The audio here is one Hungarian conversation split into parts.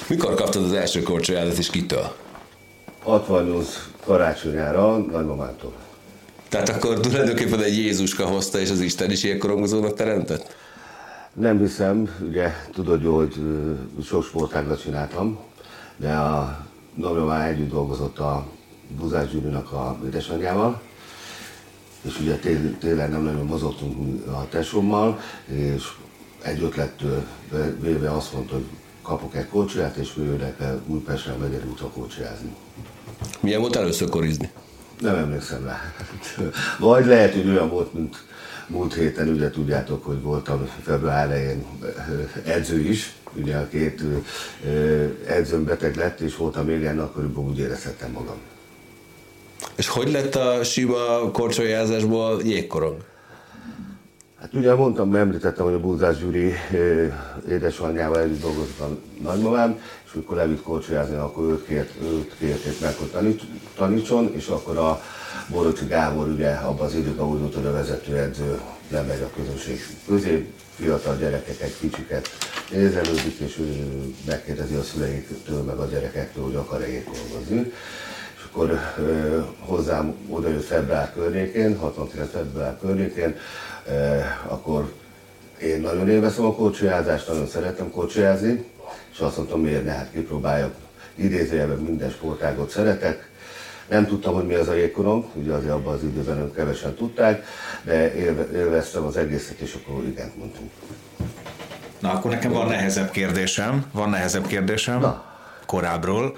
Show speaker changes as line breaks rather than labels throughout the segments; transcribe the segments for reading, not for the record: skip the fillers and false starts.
Mikor kaptad az első korcsolyádat és kitől?
68 karácsonyára nagymamámtól.
Tehát akkor tulajdonképpen egy Jézuska hozta, és az Isten is ilyen korongozónak teremtett?
Nem hiszem, ugye tudod jó, hogy sok sportágat csináltam, de a nagymamám együtt dolgozott a Búzás Gyurinak a édesanyjával, és ugye télen nem nagyon mozogtunk a tesómmal, és egy ötlettől véve azt mondta, hogy kapok egy korcsolyát, és jöjjön el Újpestre a Megyeri útra korcsolyázni.
Milyen volt először korizni?
Nem emlékszem rá. Vagy lehet, hogy olyan volt, mint múlt héten, ugye tudjátok, hogy voltam február elején edző is, ugye a két edzőm beteg lett, és voltam égen, akkoriban úgy érezhettem magam.
És hogy lett a sima korcsolyázásból jégkorong?
Hát ugye mondtam, említettem, hogy a Búzás Gyuri édesanyjával együtt dolgozott a nagymamám, és amikor levitt korcsolyázni, akkor őt kérték meg, hogy tanítson, és akkor a Borocsi Gábor ugye abban az időben úgy volt, hogy a vezetőedző lemegy a közönség közé, fiatal gyerekek egy kicsiket nézelődik, és ő megkérdezi a szüleiktől, meg a gyerekektől, hogy akar-e jégkorongozni. És akkor hozzám odajött február környékén, 69. február környékén, akkor én nagyon élvezem a korcsolyázást, nagyon szeretem korcsolyázni, és azt mondtam, miért ne, hát kipróbáljak. Idézőjelben minden sportágot szeretek. Nem tudtam, hogy mi az a jégkorong, ugye azért abban az időben kevesen tudták, de élveztem az egészet, és akkor igent mondtunk.
Na, akkor nekem van nehezebb kérdésem
Na.
korábbról.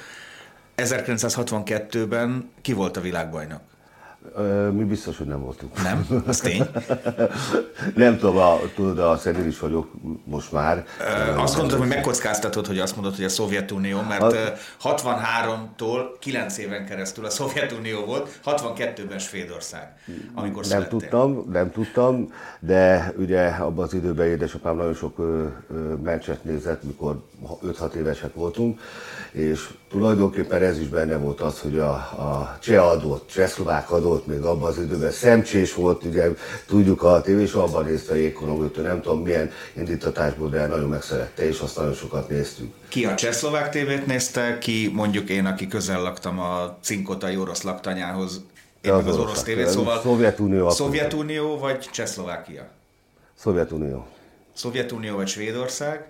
1962-ben ki volt a világbajnok?
Mi biztos, hogy nem voltunk.
Nem? Az tény?
Nem tudom, a Szedér is vagyok most már.
Azt gondolom, hogy megkockáztatod, hogy azt mondod, hogy a Szovjetunió, mert 63-tól 9 éven keresztül a Szovjetunió volt, 62-ben Svédország, amikor születtél.
Nem tudtam, de ugye abban az időben édesapám nagyon sok meccset nézett, mikor 5-6 évesek voltunk, és tulajdonképpen ez is benne volt az, hogy a cseh adott, csehszlovák adott, még abban az időben Szemcsés volt, ugye tudjuk a tévés, abban nézte a jégkorongot, nem tudom milyen indítatásból, de nagyon megszerette, és azt nagyon sokat néztük.
Ki a csehszlovák tévét nézte, ki mondjuk én, aki közel laktam a cinkotai orosz laktanyához, én meg az orosz tévét, szóval Szovjetunió vagy Csehszlovákia?
Szovjetunió.
Szovjetunió vagy Svédország?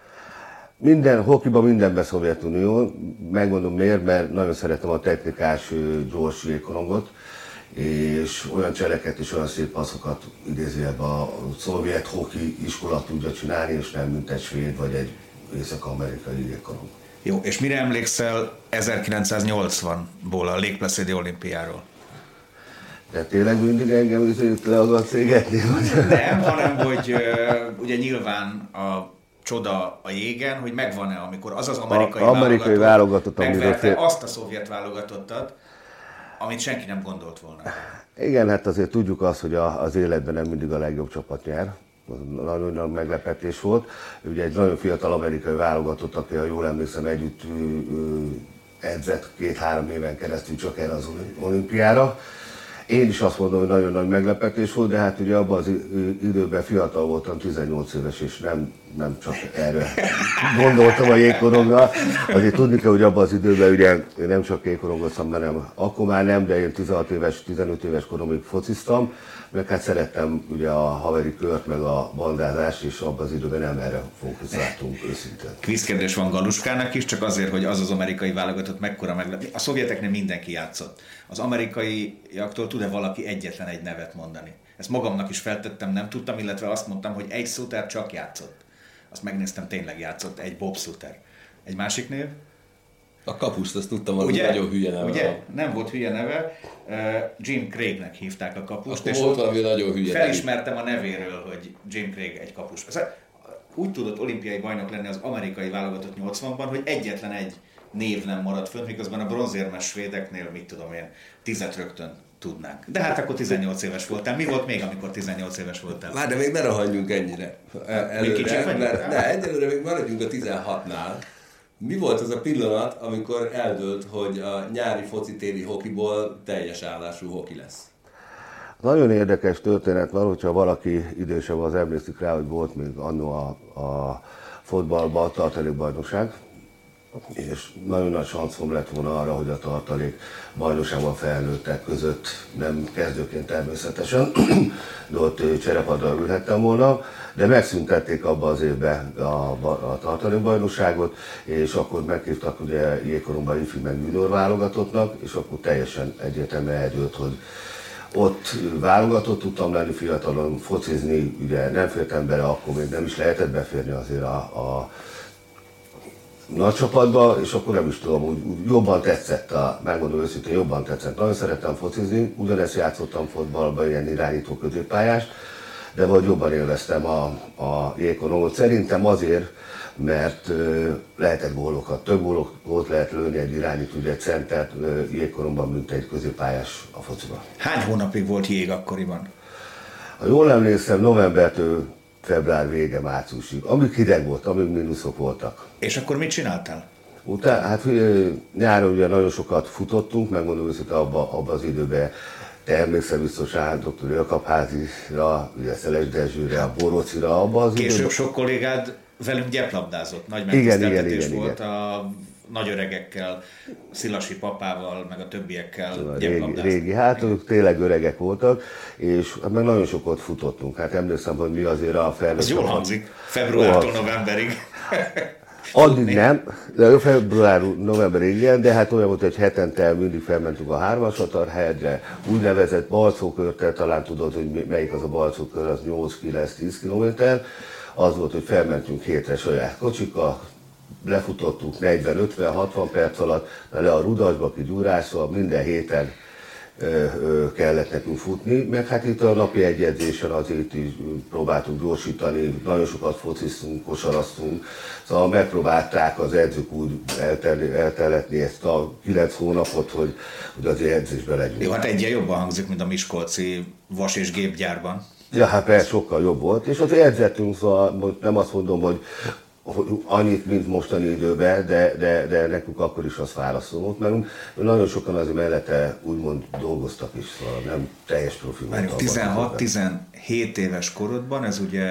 Hokiban mindenben Szovjetunió, megmondom miért, mert nagyon szeretem a technikás, gyors jégkorongot, és olyan cseleket és olyan szép passzokat idézőjelben a szovjet hoki iskola tudja csinálni, és nem mint egy svéd vagy egy észak-amerikai jégkorong.
Jó, és mire emlékszel 1980-ból, a Lake Placidi olimpiáról?
De tényleg mindig engem le akarsz égetni?
Nem, hanem hogy ugye nyilván a csoda a jégen, hogy megvan-e, amikor az amerikai válogatott megverte azt a szovjet válogatottat, amit senki nem gondolt volna.
Igen, hát azért tudjuk azt, hogy az életben nem mindig a legjobb csapat nyer. Nagyon nagy meglepetés volt. Ugye egy nagyon fiatal amerikai válogatott, aki, ha jól emlékszem, együtt edzett 2-3 éven keresztül csak erre az olimpiára. Én is azt mondom, hogy nagyon nagy meglepetés volt, de hát ugye abban az időben fiatal voltam, 18 éves, és nem csak erre gondoltam a jégkorongra. Azért tudni kell, hogy abban az időben ugye nem csak jégkorongoztam, hanem akkor már nem, de én 16 éves, 15 éves koromig fociztam, meg hát szerettem ugye a haveri kört, meg a bandázást, és abban az időben nem erre fókuszáltunk őszintén.
Kvízkérdés van Galuskának is, csak azért, hogy az amerikai válogatott mekkora meglepő. A szovjeteknél mindenki játszott. Az amerikaiaktól tud-e valaki egyetlen egy nevet mondani? Ezt magamnak is feltettem, nem tudtam, illetve azt mondtam, hogy egy Suter csak játszott. Azt megnéztem, tényleg játszott, egy Bob Suter. Egy másik név?
A kapust, azt tudtam, hogy nagyon hülye neve.
Ugye? Nem volt hülye neve. Jim Craignek hívták a kapust.
Akkor és volt valami nagyon hülye.
Felismertem a nevéről, hogy Jim Craig egy kapus. Úgy tudott olimpiai bajnok lenni az amerikai válogatott 80-ban, hogy egyetlen egy név nem maradt fönt, miközben a bronzérmes svédeknél, mit tudom én, 10 rögtön tudnánk. De hát akkor 18 éves voltál. Mi volt még, amikor 18 éves voltál?
Várj, de még ne rohanjunk ennyire. Egyelőre még maradjunk a 16-nál. Mi volt az a pillanat, amikor eldőlt, hogy a nyári foci-téli hokiból teljes állású hoki lesz?
Nagyon érdekes történet van, hogyha valaki idősebb, az emlékszik rá, hogy volt még annó a fotballban a tartalékbajnokság, és nagyon nagy sanszom lett volna arra, hogy a tartalék bajnokságban felnőttek között, nem kezdőként természetesen, de ott cserepadra ülhettem volna, de megszüntették abban az évben a tartalékbajnokságot, és akkor meghívtak ugye jégkoromban ifi meg junior válogatottnak, és akkor teljesen egyértelműen eldőlt, hogy ott válogatott tudtam lenni fiatalon, focizni, ugye nem fértem bele, akkor még nem is lehetett beférni azért a nagy csapatba, és akkor nem is tudom, úgy jobban tetszett, megmondom őszintén, jobban tetszett. Nagyon szerettem focizni, ugyanezt játszottam fotballban, ilyen irányító középpályást, de vagy jobban élveztem a jégkoromot. Szerintem azért, mert lehetett gólokat, több gólt lehet lőni egy irányító, egy centert jégkoromban, mint egy középpályás a fociban.
Hány hónapig volt jég akkoriban?
Ha jól emlékszem, novembertől február vége, márciusig, amíg hideg volt, amíg mínuszok voltak.
És akkor mit csináltál?
Utána, hát nyáron ugye nagyon sokat futottunk, megmondom őszintén abban az időben, te emlékszel biztos rá, dr. Jakab-házira, ugye Szeles Dezsőre, a Borocira, abban az
Később
időben.
sok kollégád velünk gyeplabdázott, nagy megtiszteltetés volt a nagy öregekkel, Szilasi papával, meg a többiekkel gyeplabdázni.
Régi, hát ők tényleg öregek voltak, és hát meg nagyon sokat futottunk. Hát emlékszem, hogy mi azért a felnőtt.
Ez jól hangzik, februártól novemberig.
Addig nem, de február-novemberig igen, de hát olyan volt, hogy hetente mindig felmentünk a 3-as Hatarhegyre, úgynevezett Balcókörtel, talán tudod, hogy melyik az a Balcókör, az 8-9-10 kilométer. Az volt, hogy felmentünk hétre saját kocsikkal, lefutottuk 40-50-60 perc alatt, le a Rudasba, ki Gyurászba, minden héten kellett nekünk futni, meg hát itt a napi egyedzésen azért is próbáltuk gyorsítani, nagyon sokat fociztunk, kosaraztunk, szóval megpróbálták az edzők úgy elteletni ezt a 9 hónapot, hogy azért edzésben legyünk.
Jó, hát egyen jobban hangzik, mint a miskolci vas- és gépgyárban.
Ja, hát persze sokkal jobb volt, és azért edzettünk, szóval nem azt mondom, hogy annyit, mint mostani időben, de nekünk akkor is az válaszol volt, mert nagyon sokan azért mellette úgymond dolgoztak is, szóval nem teljes profi volt.
16-17 éves korodban, ez ugye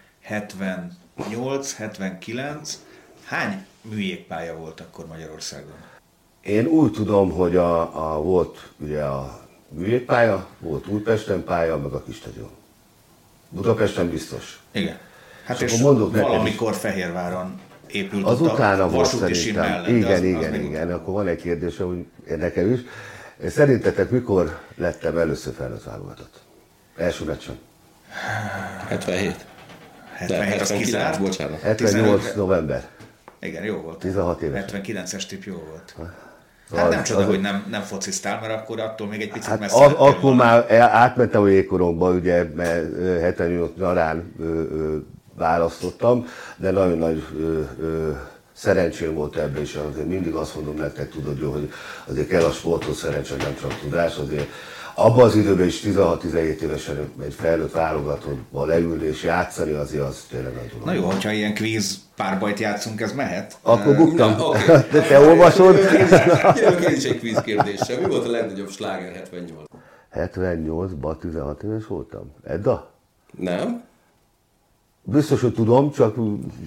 78-79, hány műjégpálya volt akkor Magyarországon?
Én úgy tudom, hogy volt ugye a műjégpálya, volt Újpesten pálya, meg a Kistagyon. Budapesten biztos.
Igen. Hát és valamikor Fehérváron épült
azután
a
volt
vasúti mellett.
Igen. Akkor van egy kérdése, hogy nekem is. Szerintetek mikor lettem először felnőtt válogatott? Első meccsen?
77.
77 az kizárt.
Bocsánat.
78 november.
Igen, jó volt.
16 éves.
79-es tipp jó volt. Hát nem csoda, hogy nem fociztál, mert akkor attól még egy picit
hát
messze
akkor már átmentem a jégkoromba, ugye, mert 78 nyarán választottam, de nagyon nagy szerencsém volt ebben, és azért mindig azt mondom nektek, tudod jó, hogy azért kell a sporthoz szerencse, nem csak tudás, azért abban az időben is 16-17 évesen egy felnőtt válogatottban leülni és játszani, azért az tényleg nagy dolog.
Na jó, hogyha ilyen kvíz párbajt játszunk, ez mehet?
Akkor buktam.
Okay.
De te olvasod?
Jövök én is egy kvíz kérdéssel. Mi volt a legnagyobb sláger 78?
78-ban 16 éves voltam. Edda?
Nem?
Biztos, hogy tudom, csak...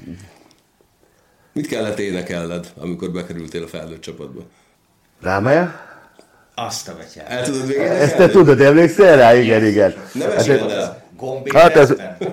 Mit kellett énekelned, amikor bekerültél a felnőtt csapatba?
Rámelye?
Azt a betyát.
El tudod még
Ezt te tudod, emlékszel rá? Igen.
Nem eséld el.
Gombét
Hát ez-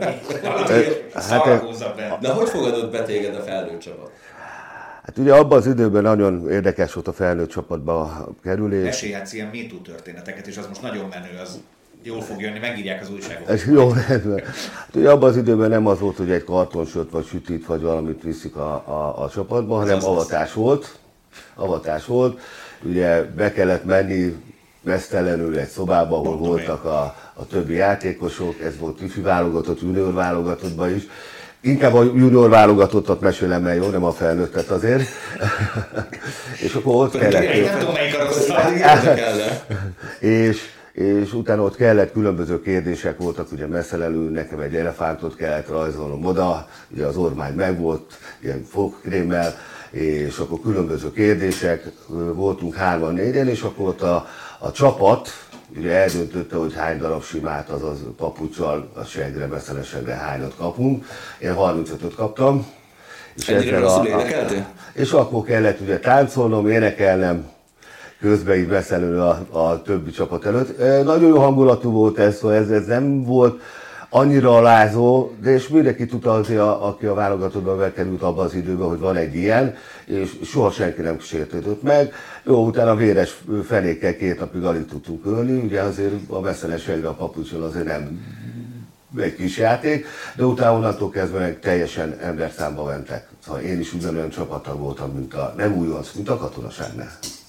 De
hogy fogadott be téged a felnőtt csapat?
Hát ugye abban az időben nagyon érdekes volt a felnőtt csapatba kerülés.
Mesélhetsz ilyen MeToo történeteket, és az most nagyon menő, az jól fog jönni, megírják az újságok.
Ez jó, rendben. Hát ugye abban az időben nem az volt, hogy egy kartonsört vagy sütit vagy valamit viszik a csapatba, hanem avatás volt. Ugye be kellett menni mesztelenül egy szobába, ahol voltak a többi játékosok, ez volt ifi válogatott, junior válogatottban is. Inkább a junior válogatottat mesélem el, jó, nem a felnőttet azért. És akkor ott kellett...
Nem tudom, melyik a
És utána ott kellett, különböző kérdések voltak, ugye messzelelő, nekem egy elefántot kellett rajzolnom oda, ugye az ormány megvolt, ilyen fogkrémmel, és akkor különböző kérdések, voltunk 3-4-en, és akkor ott a csapat ugye eldöntötte, hogy hány darab simát, azaz papuccsal, a segre, messzeles segre hányat kapunk. Én 35-öt kaptam, És
ennyire rosszul énekeltél?
És akkor kellett ugye táncolnom, énekelnem, közben így veszelő a többi csapat előtt. Nagyon jó hangulatú volt ez, szóval ez nem volt annyira alázó, de és mindenki tudta azért, aki a válogatottban bekerült abban az időben, hogy van egy ilyen, és soha senki nem sértődött meg. Jó, utána véres fenékkel 2 napig alig tudtunk ölni, ugye azért a veszelességre a papucson azért nem egy kis játék, de utána onnantól kezdve meg teljesen emberszámba mentek. Szóval én is ugyanolyan csapattag voltam, nem újonc, mint a katonaságnál.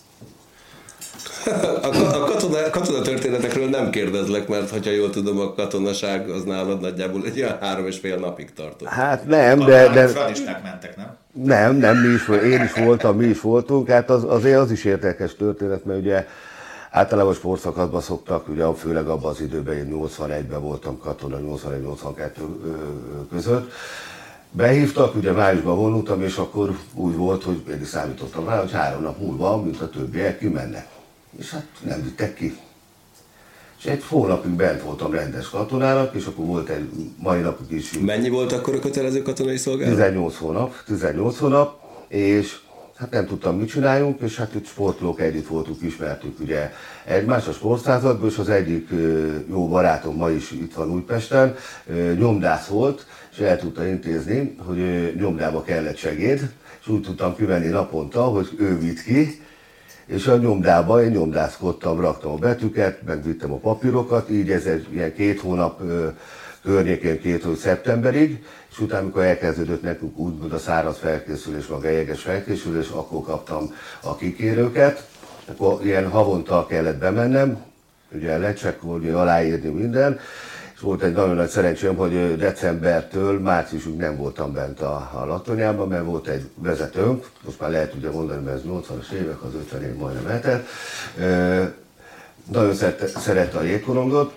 A katona történetekről nem kérdezlek, mert ha jól tudom, a katonaság az nálad nagyjából egy olyan 3,5 napig tartott.
Hát nem, de
Fradisták mentek, nem?
Nem, én is voltam, mi is voltunk, hát azért az is érdekes történet, mert ugye általában sportszakaszban szoktak, ugye főleg abban az időben, én 81-ben voltam katona, 81-82 között, behívtak, ugye májusban vonultam, és akkor úgy volt, hogy én is számítottam rá, hogy 3 nap múlva, mint a többiek, kimennek. És hát nem vittek ki. És egy hónapig bent voltam rendes katonának, és akkor volt egy mai napig is.
Mennyi volt akkor a kötelező katonai szolgálat?
18 hónap, és hát nem tudtam, mit csináljunk, és hát itt sportolók együtt voltunk, ismertük ugye egymás a sportszázadban, és az egyik jó barátom ma is itt van Újpesten, nyomdász volt, és el tudta intézni, hogy nyomdába kellett segéd, és úgy tudtam kimenni naponta, hogy ő vitt ki, és a nyomdába én nyomdászkodtam, raktam a betűket, megvittem a papírokat, így ez egy ilyen 2 hónap környékén, 2 szeptemberig, és utána, amikor elkezdődött nekünk úgymond a száraz felkészülés, meg a jeges felkészülés, akkor kaptam a kikérőket, akkor ilyen havonta kellett bemennem, ugye lecsekkolni, aláírni minden, és volt egy nagyon nagy szerencsém, hogy decembertől márciusig nem voltam bent a laktanyában, mert volt egy vezetőnk, most már lehet ugye mondani, mert ez 80-as évek, az 50 év majdnem eltelt, nagyon szerette a jégkorongot,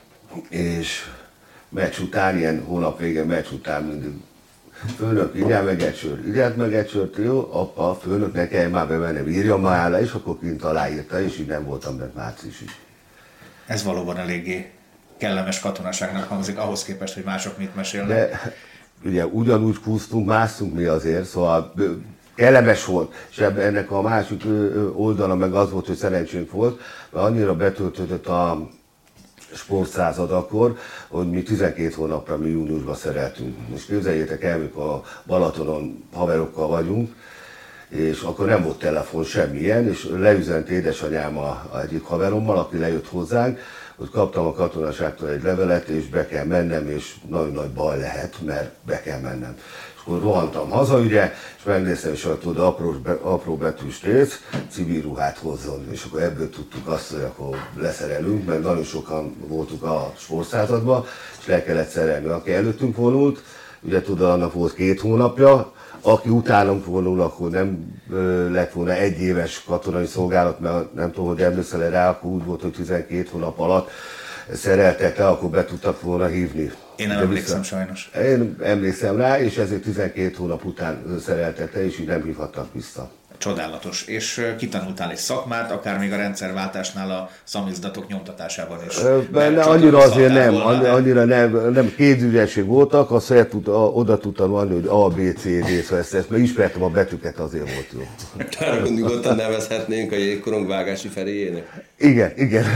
és meccs után, ilyen hónap vége meccs után mindig főnök, igyál meg egy sört, jó, apa, főnök, ne kelljen már bemennem, írja már le, és akkor kint aláírta, és így nem voltam bent márciusig.
Ez valóban eléggé kellemes katonaságnak hangzik, ahhoz képest, hogy mások mit mesélnek.
De ugye ugyanúgy kúsztunk, másztunk mi azért, szóval kellemes volt, és ennek a másik oldala meg az volt, hogy szerencsénk volt, mert annyira betöltődött a sportszázad akkor, hogy mi 12 hónapra mi júniusban szereltünk. Most képzeljétek el, mikor a Balatonon haverokkal vagyunk, és akkor nem volt telefon semmilyen, és leüzent édesanyám egyik haverommal, aki lejött hozzánk, hogy kaptam a katonaságtól egy levelet, és be kell mennem, és nagyon nagy baj lehet, mert be kell mennem. És akkor rohantam haza, ugye, és megnéztem, és ott apró betűs rész, civil ruhát hozzon, és akkor ebből tudtuk azt, hogy akkor leszerelünk, mert nagyon sokan voltunk a sportszázadban, és le kellett szerelni, aki előttünk vonult, ugye tudod, annak volt 2 hónapja, aki utánunk vonul, akkor nem lett volna 1 éves katonai szolgálat, mert nem tudom, hogy emlékszel rá, akkor úgy volt, hogy 12 hónap alatt szereltek le, akkor be tudtak volna hívni.
Én nem emlékszem sajnos.
Én emlékszem rá, és ezért 12 hónap után szereltek le, és így nem hívhattak vissza.
Csodálatos. És kitanultál egy szakmát, akár még a rendszerváltásnál a szamizdatok nyomtatásában is.
Annyira azért nem, annyira nem kézügyesség voltak, azt oda tudtam mondani, hogy A, B, C, D, szóval ezt mert ismertem a betűket, azért volt jó.
Tehát nyugodtan nevezhetnénk a jégkorong vágási feléjének?
Igen.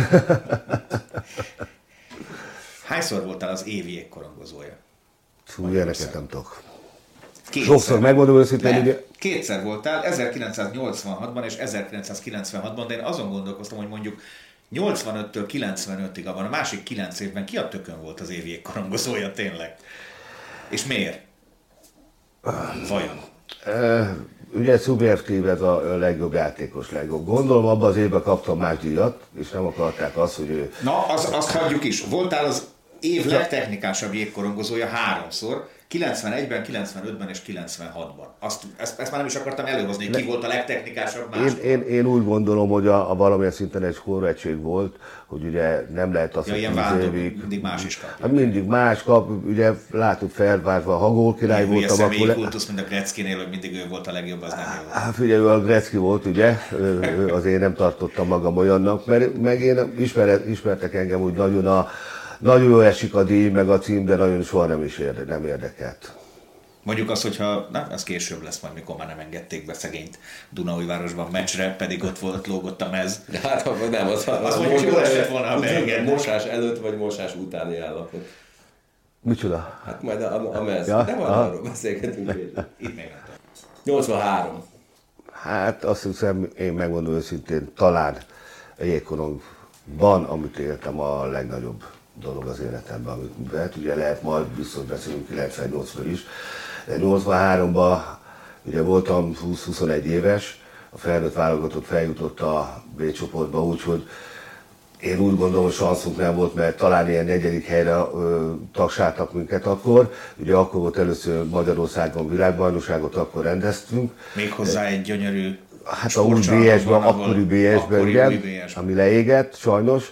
Hányszor voltál az év jégkorongozója?
Ilyeneket nem tudok.
Kétszer.
Sokszor megmondom őszintén, ugye...
Kétszer voltál, 1986-ban és 1996-ban, de én azon gondolkoztam, hogy mondjuk 85-től 95-ig, abban a másik 9 évben ki a tökön volt az év jégkorongozója tényleg? És miért? Vajon?
Ugye szubjektív ez a legjobb játékos, legjobb. Gondolom abban az évben kaptam más díjat, és nem akarták azt, hogy ő...
Na, azt hagyjuk is. Voltál az év legtechnikásabb jégkorongozója 3-szor, 91-ben, 95-ben és 96-ban. Ezt már nem is akartam előhozni, hogy ki volt a legtechnikásabb máskor.
Én úgy gondolom, hogy a valamilyen szinten egy korrektség volt, hogy ugye nem lehet azt, hogy 10 évig...
mindig más is kap.
Hát mindig más kap, ugye láttuk felváltva, ha gól király voltam, akkor...
Ilyen kultusz, mint a Gretzkynél, hogy mindig ő volt a legjobb, az nem jó.
Hát figyelj, a Gretzky volt, ugye, azért nem tartottam magam olyannak, mert meg én ismertek engem úgy nagyon jó esik a díj, meg a cím, de nagyon soha nem érdekelt.
Mondjuk azt, hogyha ez később lesz majd, mikor már nem engedték be szegényt Dunaújvárosban meccsre, pedig ott volt, lógott a mez.
De hát nem,
az mondjuk jól esett volna, ha beengednek.
Mosás előtt vagy mosás utáni állapot.
Micsoda?
Hát majd a mez.
Ja,
de majd arról beszélgetünk később.
Itt még nem tudom.
83.
Hát azt hiszem, én megmondom őszintén, talán a jégkorongban, amit éltem, a legnagyobb dolog az életemben, amit lehet, ugye lehet majd biztos beszélünk 98-ról is, de 83-ban ugye voltam 20-21 éves, a felnőtt válogatott feljutott a B csoportba, úgyhogy én úgy gondolom, hogy sanszunk nem volt, mert talán ilyen 4. helyre tagsáltak minket akkor. Ugye akkor volt először Magyarországon világbajnokságot, akkor rendeztünk.
Méghozzá egy gyönyörű
Hát a új BS-ben, akkori BS-ben, igen, ami leégett, sajnos.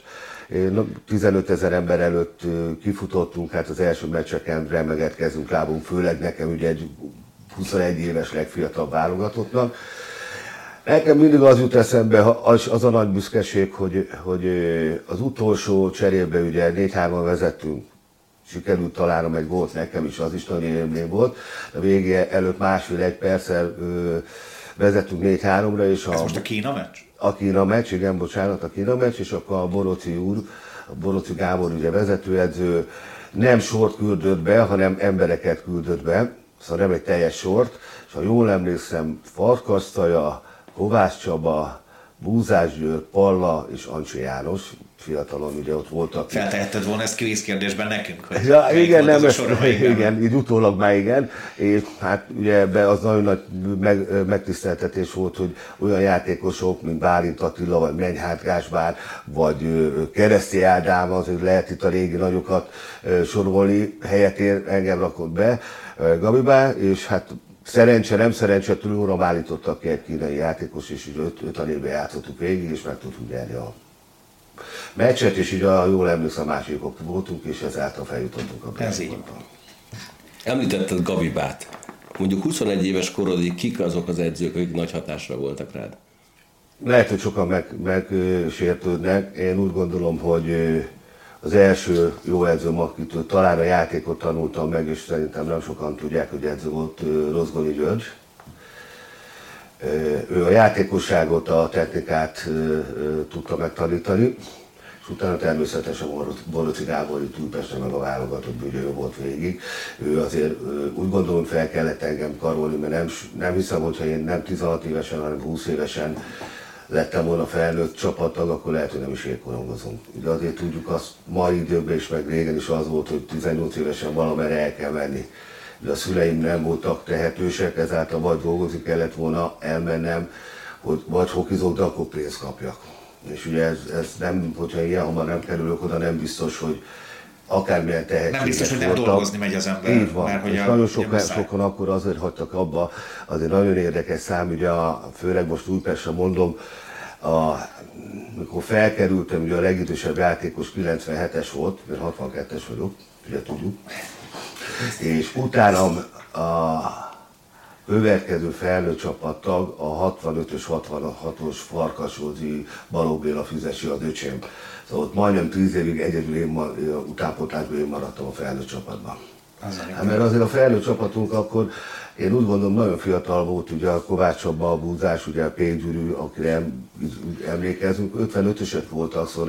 15 000 ember előtt kifutottunk, hát az első meccseken remegett kezünk, lábunk, főleg nekem ugye egy 21 éves legfiatalabb válogatottnak. Nekem mindig az jut eszembe, az a nagy büszkeség, hogy az utolsó cserébe ugye 4-3-an vezettünk. Sikerült találnom egy gólt, nekem is, az is nagyon élmény volt. A vége előtt 1,5-1 perccel vezettünk 4-3-ra. És
ez most a Kína meccs?
A Kína meccs, igen, bocsánat, a Kína meccs, és akkor a Boroci úr, a Boroci Gábor ugye vezetőedző nem sort küldött be, hanem embereket küldött be, szóval nem egy teljes sort, és ha jól emlékszem, Farkasztaja, Kovács Csaba, Búzás György, Palla és Ancsi János, fiatalon ugye ott voltak.
Feltehetted volna ezt kvízkérdésben nekünk, hogy
ja, igen, nem,
igen,
így utólag már igen, és hát ugye ebbe az nagyon nagy megtiszteltetés volt, hogy olyan játékosok, mint Bálint Attila, vagy Menyhárt Gáspár, vagy Kereszti Ádám, azért lehet itt a régi nagyokat sorolni, helyett engem rakott be Gabibá, és hát szerencse, nem szerencse, túlóra állítottak ki egy kínai játékos, és így 5 évben játszottuk végig, és meg tudtuk nyerni a meccset, és így jól emlékszem, másodikok voltunk, és ezáltal feljutottunk a
bércsoportba.
Említetted Gabibát. Mondjuk 21 éves korodig kik azok az edzők, akik nagy hatásra voltak rád?
Lehet, hogy sokan megsértődnek. Én úgy gondolom, hogy az első jó edzőm, akitől talán a játékot tanultam meg, és szerintem nem sokan tudják, hogy edző volt, Rozgonyi György. Ő a játékosságot, a technikát tudta megtanítani, és utána természetesen Boroci Gábor itt Újpesten meg a válogatott ugye volt végig. Ő azért úgy gondolom, fel kellett engem karolni, mert nem hiszem, hogyha én nem 16 évesen, hanem 20 évesen lettem volna felnőtt csapattag, akkor lehet, hogy nem is jégkorongozom. De azért tudjuk azt mai időben is, meg régen is az volt, hogy 18 évesen valamerre el kell menni. De a szüleim nem voltak tehetősek, ezáltal vagy dolgozni kellett volna elmennem, vagy hokizok, de akkor pénzt kapjak. És ugye ez nem, hogyha ilyen hamar nem kerülök oda, nem biztos, hogy akármilyen tehetséges
nem biztos, hogy nem dolgozni megy az ember.
Így van,
mert hogy
és nagyon sokan akkor azért hagytak abba, azért nagyon érdekes szám, ugye főleg most Újpestre mondom, mikor felkerültem, ugye a legidősebb játékos 97-es volt, mert 62-es vagyok, ugye tudjuk, és utánam a következő felnőtt csapattag a 65-ös, 66-os Farkasózi Balogh Béla Füzesi az öcsém. Szóval ott majdnem 10 évig egyedül utánpótlásban én maradtam a felnőtt csapatban. Hát, mert azért a felnőtt csapatunk akkor, én úgy gondolom, nagyon fiatal volt, ugye a Kovács Csaba, a Búzás, ugye a Pék Gyuri, akire emlékezünk, 55-ösek voltak, szóval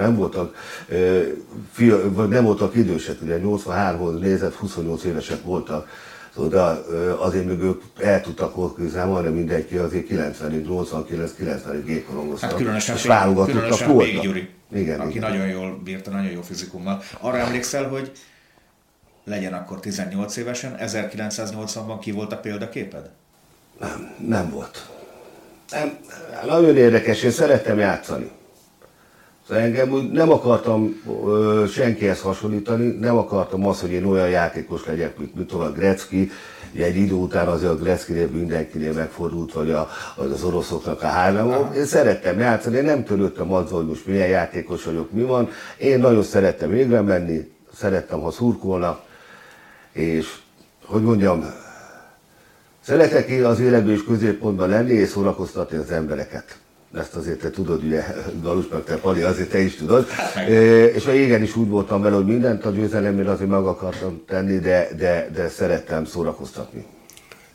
nem voltak idősek, ugye 83-hoz nézett, 28 évesek voltak, szóval de azért még ők el tudtak hozzám, majdnem mindenki azért 89-90-ig jégkorongoztak.
Hát különösen Pék Gyuri,
igen,
aki nagyon jól bírta, nagyon jó fizikummal. Arra emlékszel, hogy legyen akkor 18 évesen, 1980-ban ki volt a példaképed?
Nem volt. Nagyon érdekes, én szerettem játszani. Szóval engem úgy nem akartam senkihez hasonlítani, nem akartam azt, hogy én olyan játékos legyek, mint a Gretzky. Egy idő után azért a Gretzkynél mindenkinél megfordult, vagy az oroszoknak a hárma. Én szerettem játszani, én nem törődtem azzal, hogy most milyen játékos vagyok, mi van. Én nagyon szerettem végre menni, szerettem, ha szurkolnak, és hogy mondjam, szeretek én az életben is középpontban lenni és szórakoztatni az embereket. Ezt azért te tudod, ugye, Galus, meg te Pali, azért te is tudod. És a jégen is úgy voltam vele, hogy mindent a győzelemért azért meg akartam tenni, de szerettem szórakoztatni.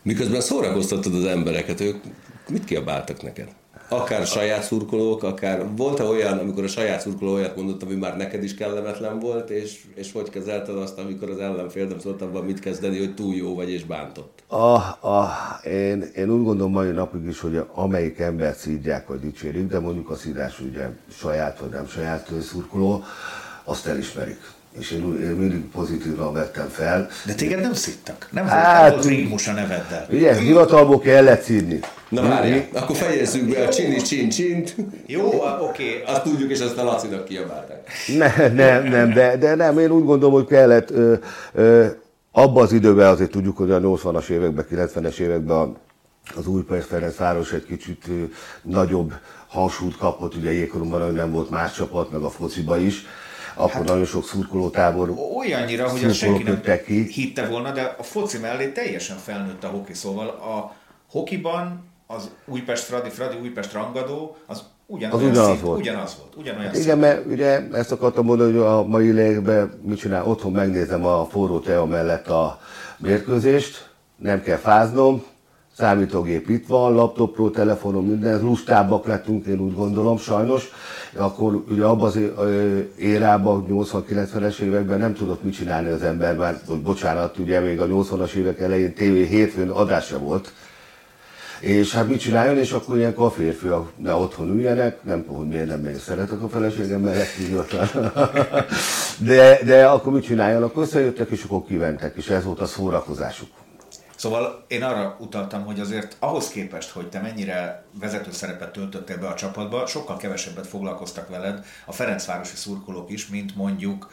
Miközben szórakoztatod az embereket, ők mit kiabáltak neked? Akár saját szurkolók, akár volt-e olyan, amikor a saját szurkoló olyat mondott, ami már neked is kellemetlen volt, és hogy kezelted azt, amikor az ellenfél nem szólt abban mit kezdeni, hogy túl jó vagy és bántott?
Én úgy gondolom mai napig is, hogy amelyik embert szídják vagy dicsérik, de mondjuk a szídás ugye saját vagy nem saját szurkoló, azt elismerik. És én mindig pozitívan vettem fel.
De téged nem szittak? Nem volt ritmus a neveddel?
Ugye, hivatalból kellett szídni.
Na várjál, akkor fejezzük be a csint.
Jó, oké.
Azt tudjuk, és azt a Lacinak kiabálták.
Nem, én úgy gondolom, hogy kellett abban az időben azért tudjuk, hogy a 80-as években, 90-es években az Újpest-Ferencváros egy kicsit nagyobb hangsúlyt kapott, ugye jégkoromban nem volt más csapat, meg a fociba is. Akkor nagyon sok szurkolótábor.
Olyannyira, hogy azt senki nem hitte volna, de a foci mellé teljesen felnőtt a hoki. Szóval a hokiban az Újpest-Fradi Újpest rangadó, az ugyanaz volt.
Igen, mert ugye ezt akartam mondani, hogy a mai lényegben mit csinál, otthon megnézem a forró tea mellett a mérkőzést, nem kell fáznom, számítógép itt van, laptopról, telefonon, minden, lustábbak lettünk, én úgy gondolom, sajnos. Akkor ugye abban az érában, 80-90-es években nem tudott mit csinálni az ember, mert bocsánat, ugye még a 80-as évek elején tévé hétfőn adása volt. És hát mit csináljon, és akkor ilyenkor a férfiak ne otthon üljenek, nem tudom, hogy miért nem még szeretek a feleségem mellett nyugodtan. De akkor mit csináljanak, összejöttek, és akkor kiventek, és ez volt a szórakozásuk.
Szóval én arra utaltam, hogy azért ahhoz képest, hogy te mennyire vezető szerepet töltöttél be a csapatba, sokkal kevesebbet foglalkoztak veled a ferencvárosi szurkolók is, mint mondjuk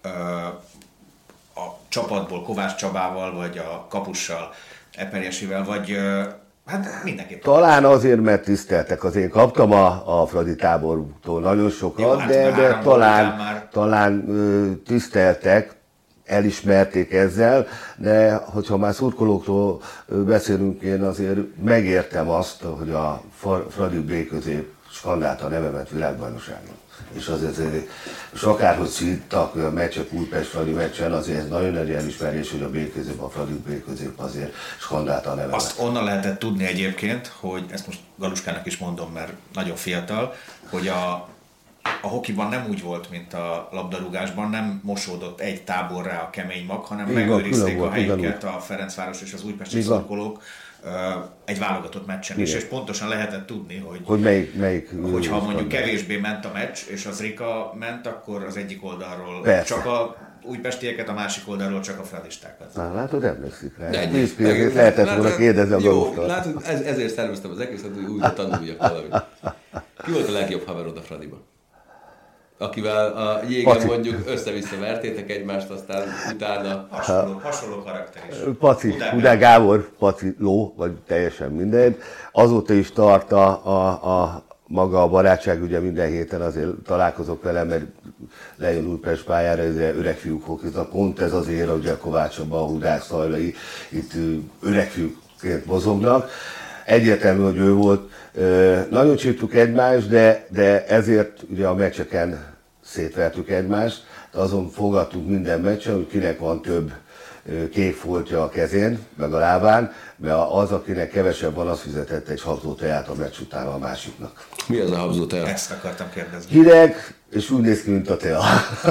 a csapatból Kovács Csabával, vagy a kapussal, Eperjesivel, vagy hát mindenképpen.
Talán azért, mert tiszteltek. Én kaptam a Fradi tábortól nagyon sokat, jó, hát de talán tiszteltek, elismerték ezzel, de hogyha már szurkolóktól beszélünk, én azért megértem azt, hogy a Fradi B közé skandálta a nevemet világbajnokságon. És azért, és akárhogy szíttak a meccsek, Újpest-Fradi meccsen, azért nagyon nagy elismerés, hogy a B közép, a Fradi B közép azért skandálta a nevemet.
Azt onnan lehetett tudni egyébként, hogy ezt most Galuskának is mondom, mert nagyon fiatal, hogy a hokiban nem úgy volt, mint a labdarúgásban, nem mosódott egy táborra a kemény mag, hanem megőrizték a helyüket a Ferencváros és az újpesti szurkolók egy válogatott meccsen is, és pontosan lehetett tudni, hogy melyik hogyha mondjuk kevésbé ment a meccs, és az Rika ment, akkor az egyik oldalról
persze.
Csak a újpestieket, a másik oldalról csak a fradistákat.
Látod, emlékszik rá. Lehetett volna kérdezni a Galuskát.
Látod, ezért szerveztem az egészet, hogy újra tanuljak valamit. Ki volt a legjobb haverod a Fradiban? Akivel a jégen mondjuk össze-vissza vertétek egymást, aztán utána...
Hasonló karakter is.
Paci, Hudák Gábor, Paci Ló, vagy teljesen mindegy. Azóta is tart a maga a barátság, ugye minden héten azért találkozok vele, mert lejön Újpest pályára, öreg fiúk hokiznak. Pont ez azért, ugye Kovács Csaba, a Hudák Szajlai itt öreg fiúkként mozognak. Egyértelmű, hogy ő volt. Nagyon csíptuk egymást, de ezért ugye a meccseken szétvertük egymást. Azon fogadtuk minden meccsen, hogy kinek van több kék foltja a kezén, meg a lábán, mert az, akinek kevesebb van, az fizetett egy habzóteát a meccs után a másiknak.
Mi az a habzótea?
Ezt akartam kérdezni.
Hideg, és úgy néz ki, mint a tea.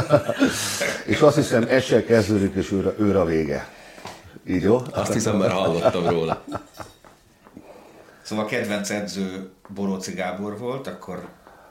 És azt hiszem, ez sem kezdődik, és őre a vége. Így jó?
Azt hiszem, mert hallottam róla.
Szóval a kedvenc edző Boróci Gábor volt, akkor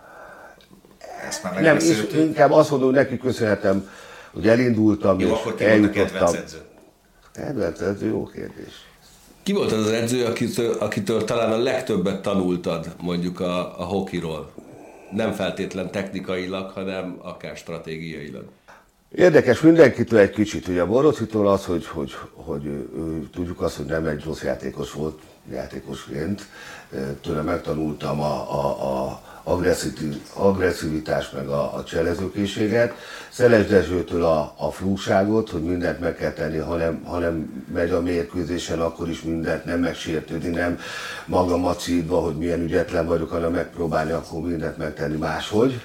ezt már
nem, és inkább azt mondom, hogy neki köszönhetem, hogy elindultam,
jó,
és
akkor
eljutottam.
Ki volt a kedvenc edző?
Kedvenc edző, jó kérdés.
Ki volt az edző, akitől talán a legtöbbet tanultad mondjuk a hokiról? Nem feltétlen technikailag, hanem akár stratégiailag.
Érdekes mindenkitől egy kicsit. Ugye a Borócitól az, hogy tudjuk azt, hogy nem egy rossz játékos volt, játékosként. Tőle megtanultam a agresszivitást, meg a cselezőkészséget. Szeles Dezsőtől a flúságot, hogy mindent meg kell tenni, ha nem megy a mérkőzésen, akkor is mindent, nem megsértődni, nem magamat szídva, hogy milyen ügyetlen vagyok, hanem megpróbálni akkor mindent megtenni máshogy.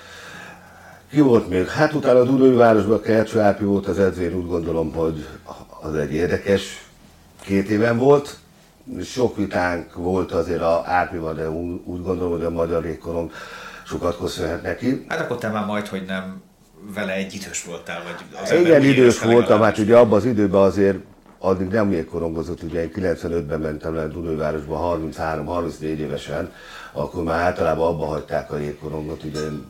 Ki volt még? Hát utána a Dunajvárosban Kercső Ápi volt az edző, én úgy gondolom, hogy az egy érdekes 2 éven volt. sok vitánk volt azért a Árpival, de úgy gondolom, hogy a magyar jégkorong sokat köszönhet neki.
Hát akkor te már majdhogy nem vele egy idős voltál, vagy az
igen, idős voltam, hát ugye abban az időben azért addig nem jégkorongozott, ugye én 95-ben mentem le Dunajvárosba 33-34 évesen, akkor már általában abba hagyták a jégkorongot, ugye én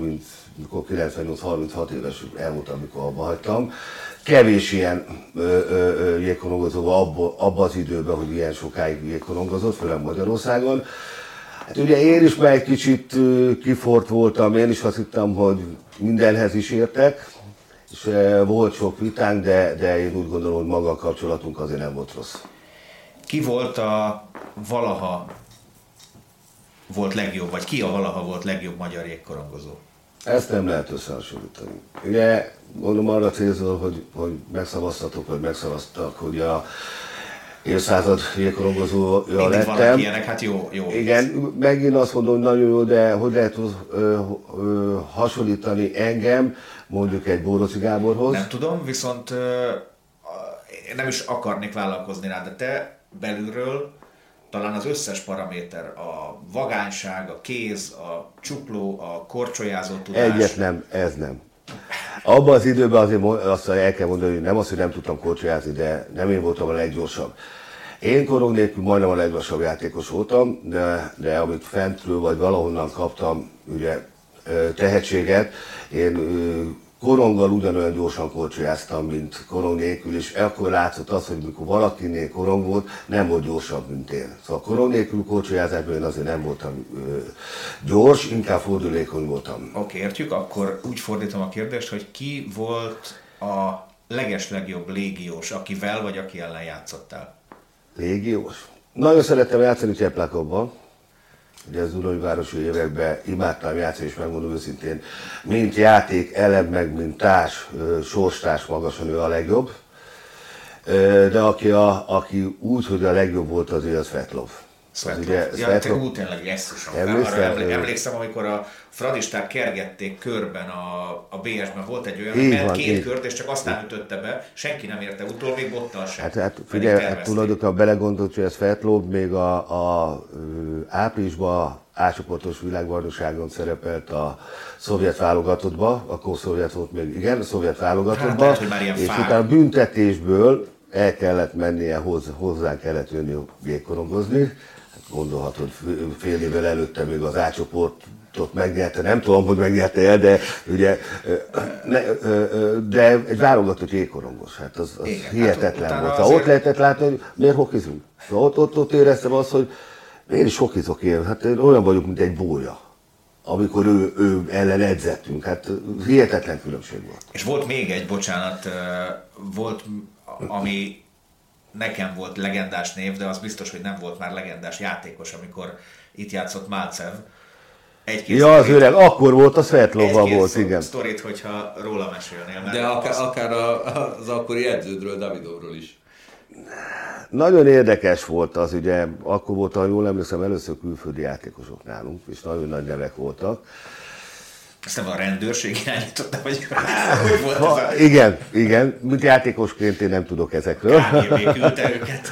98-36 éves elmúltam, amikor abba hagytam. Kevés ilyen jégkorongozó abban az időben, hogy ilyen sokáig jégkorongozott, főleg Magyarországon. Hát ugye én is már egy kicsit kifort voltam, én is azt hittem, hogy mindenhez is értek, és volt sok vitánk, de én úgy gondolom, hogy maga a kapcsolatunk azért nem volt rossz.
Ki volt a valaha volt legjobb, vagy ki a valaha volt legjobb magyar jégkorongozó?
Ezt nem lehet összehasonlítani. Ugye mondom arra célzol, hogy megszavaztatok, vagy megszavaztak, hogy a évszázad jégkorongozója lettem.
Vannak ilyenek, hát jó.
Igen, megint azt mondom, hogy nagyon jó, de hogy lehet hasonlítani engem mondjuk egy Bóroczy Gáborhoz?
Nem tudom, viszont én nem is akarnék vállalkozni rá, de te belülről talán az összes paraméter, a vagányság, a kéz, a csukló, a korcsolyázó tudás.
Egyet nem, ez nem. Abban az időben azért azt el kell mondani, hogy nem az, hogy nem tudtam korcsolyázni, de nem én voltam a leggyorsabb. Én korong nélkül majdnem a leglassabb játékos voltam, de amit fentről vagy valahonnan kaptam ugye, tehetséget, én koronggal ugyanolyan gyorsan korcsolyáztam, mint korong nélkül, és akkor látszott az, hogy mikor valakinél korong volt, nem volt gyorsabb, mint én. Szóval korong nélkül korcsolyázásban én azért nem voltam gyors, inkább fordulékony voltam.
Oké, értjük, akkor úgy fordítom a kérdést, hogy ki volt a legeslegjobb légiós, akivel vagy aki ellen játszottál?
Légiós? Nagyon szerettem játszani Cseplákovban. Ugye az Dunajvárosi években imádtam játszani, és megmondom őszintén, mint játék elem, meg mint társ, sorstárs magasan ő a legjobb. De aki úgy, hogy a legjobb volt, az Svetlov.
Svetlov. Tényleg jesszusan. Emlékszem, amikor a fradisták kergették körben a BS-ben, volt egy olyan, hogy ment két kört, és csak aztán ütötte be, senki nem érte utol, még bottal sem.
Hát figyelj, tulajdonképpen belegondolt, hogy ez Svetlov még a áprilisban A-csoportos világbajnokságon szerepelt a szovjet válogatottba, akkor szovjet volt még, igen, a szovjet válogatottba,
hát,
és utána büntetésből el kellett mennie, hozzá kellett jönni jégkorongozni. Hát gondolhatod, fél évvel előtte még az A-csoportot megnyerte, nem tudom, hogy megnyerte el, de ugye, de egy válogatott jégkorongos, hát az igen, hihetetlen hát volt. Azért... Ott lehetett látni, hogy miért hokizunk. Ott éreztem azt, hogy én is hokizok én, hát én olyan vagyok, mint egy bólya, amikor ő ellen edzettünk, hát hihetetlen különbség volt.
És volt még egy, bocsánat, volt, ami nekem volt legendás név, de az biztos, hogy nem volt már legendás játékos, amikor itt játszott Malcev.
Ja, az öreg, akkor volt, a Svetlovval volt, igen.
Sztorit, hogyha róla mesélnél.
De akár az akkori edződről, Davidovról is.
Nagyon érdekes volt az, ugye, akkor volt, ha jól emlékszem, először külföldi játékosok nálunk, és nagyon nagy nevek voltak.
Ezt nem a rendőrség irányította, vagy hogy volt
Igen, mint játékosként én nem tudok ezekről.
KGB küldte őket.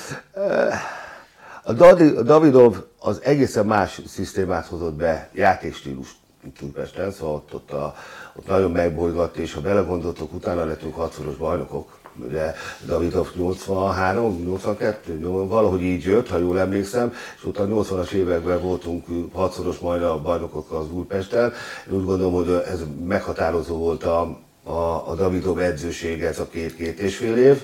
A Davidov az egészen más szisztémát hozott be, játékstílus Újpesten, szóval ott nagyon megbolygott, és ha belegondoltok, utána lettünk 6-szoros bajnokok. Ugye Davidov 83, 82, valahogy így jött, ha jól emlékszem, és utána 80-as években voltunk 6-szoros bajnokok az Újpesten. Én úgy gondolom, hogy ez meghatározó volt a Davidov edzősége, ez a két és fél év.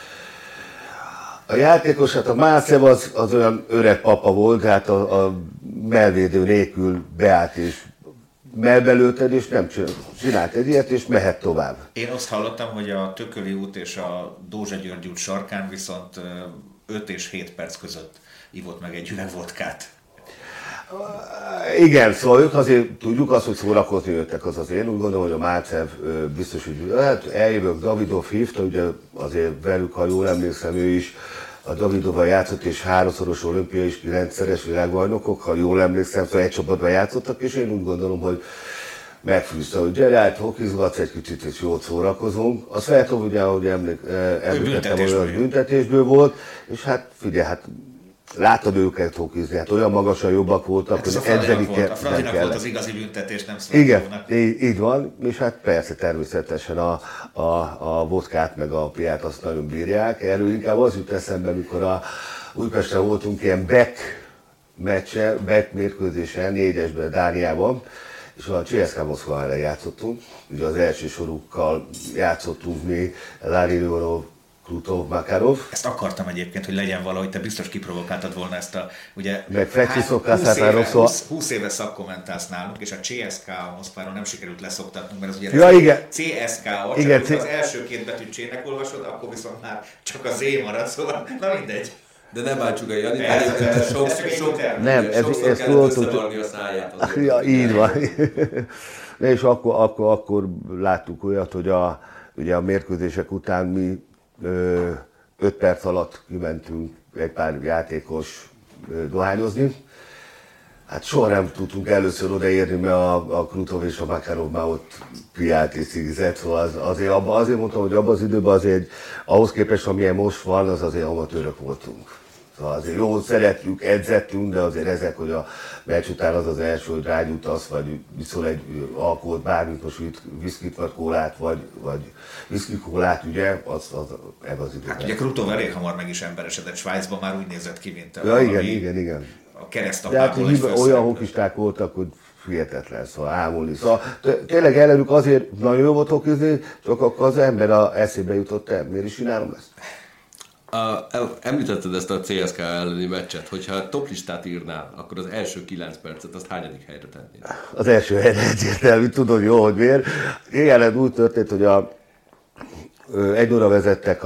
A játékos, hát a Malcev az olyan öreg papa volt, hát a mellvédő nélkül beállt és melbelőtted, és nem csinált egy ilyet, és mehet tovább.
Én azt hallottam, hogy a Tököli út és a Dózsa György út sarkán viszont 5 és 7 perc között ivott meg egy üveg vodkát.
Igen, szóval ők azért tudjuk azt, hogy szórakozni jöttek, az én úgy gondolom, hogy a Malcev biztos, hogy hát eljövök, Davidov hívta, ugye azért velük, ha jól emlékszem, ő is a Davidovval játszott, és 3-szoros olimpia és 9-szeres világbajnokok, ha jól emlékszem, szóval egy csapatban játszottak, és én úgy gondolom, hogy megfűzte, hogy gyere át, hokizgatsz egy kicsit, és jót szórakozunk. A Svetlov ugye, ahogy említettem, olyan büntetésből volt, és hát figyelj, hát Láttad őket hokizni, hát olyan magasan jobbak voltak,
Hát
hogy edzeni
a Fradinak volt az igazi büntetés, nem Szolnónak.
Igen, így van, és hát persze természetesen a vodkát meg a piát azt nagyon bírják. Erről inkább az jut eszembe, amikor a Újpesten voltunk ilyen back mérkőzésen, 4-esben Dániában, és a CSKA Moszkva ellen játszottunk. Ugye az első sorukkal játszottunk mi, Larinyorov, Krutov, Makarov.
Ezt akartam egyébként, hogy legyen valahogy, te biztos kiprovokáltad volna ezt a, ugye,
meg Fecsi szokás,
20 éve szakkommentálsz nálunk, és a CSKA Moszkváról nem sikerült leszoktatnunk, mert az ugye
ja, igen.
CSKA, csak
igen,
az első két betűt C-nek olvasod, akkor viszont már csak a Z marad, szóval na mindegy.
De ne bántsuk a Janit,
nem,
sokszor kellett összevarni a száját.
Ja, így van. És akkor láttuk olyat, hogy ugye a mérkőzések után mi 5 perc alatt kimentünk egy pár játékos dohányozni. Hát soha nem tudtunk először odaérni, mert a Krutov és a Makarov már ott piált és cigizett, szóval azért mondtam, hogy abban az időben azért, ahhoz képest, amilyen most van, az azért amatőrök voltunk. Szóval azért jó, szeretjük, edzettünk, de azért ezek, hogy a meccs után az első, hogy rágyújtasz, vagy viszol egy alkoholt, bármit, most viszkit vagy kólát, vagy viszki-kólát, ugye, az ebben az időben.
Hát ugye Krutov elég hamar meg is emberesedett, Svájcban már úgy nézett ki, mint
ja, igen.
A keresztapából
egy olyan hokisták voltak, hogy hihetetlen, szóval ámulni. Szóval tényleg ellenük azért nagyon jó volt hokizni, csak akkor az ember eszébe jutott el, miért is csinálom ezt?
Említetted ezt a CSKA elleni meccset, hogyha toplistát írnál, akkor az első 9 percet azt hányadik helyre tennéd?
Az első helyre egyértelmű, tudod jó, hogy miért. Igen, úgy történt, hogy 1 óra vezettek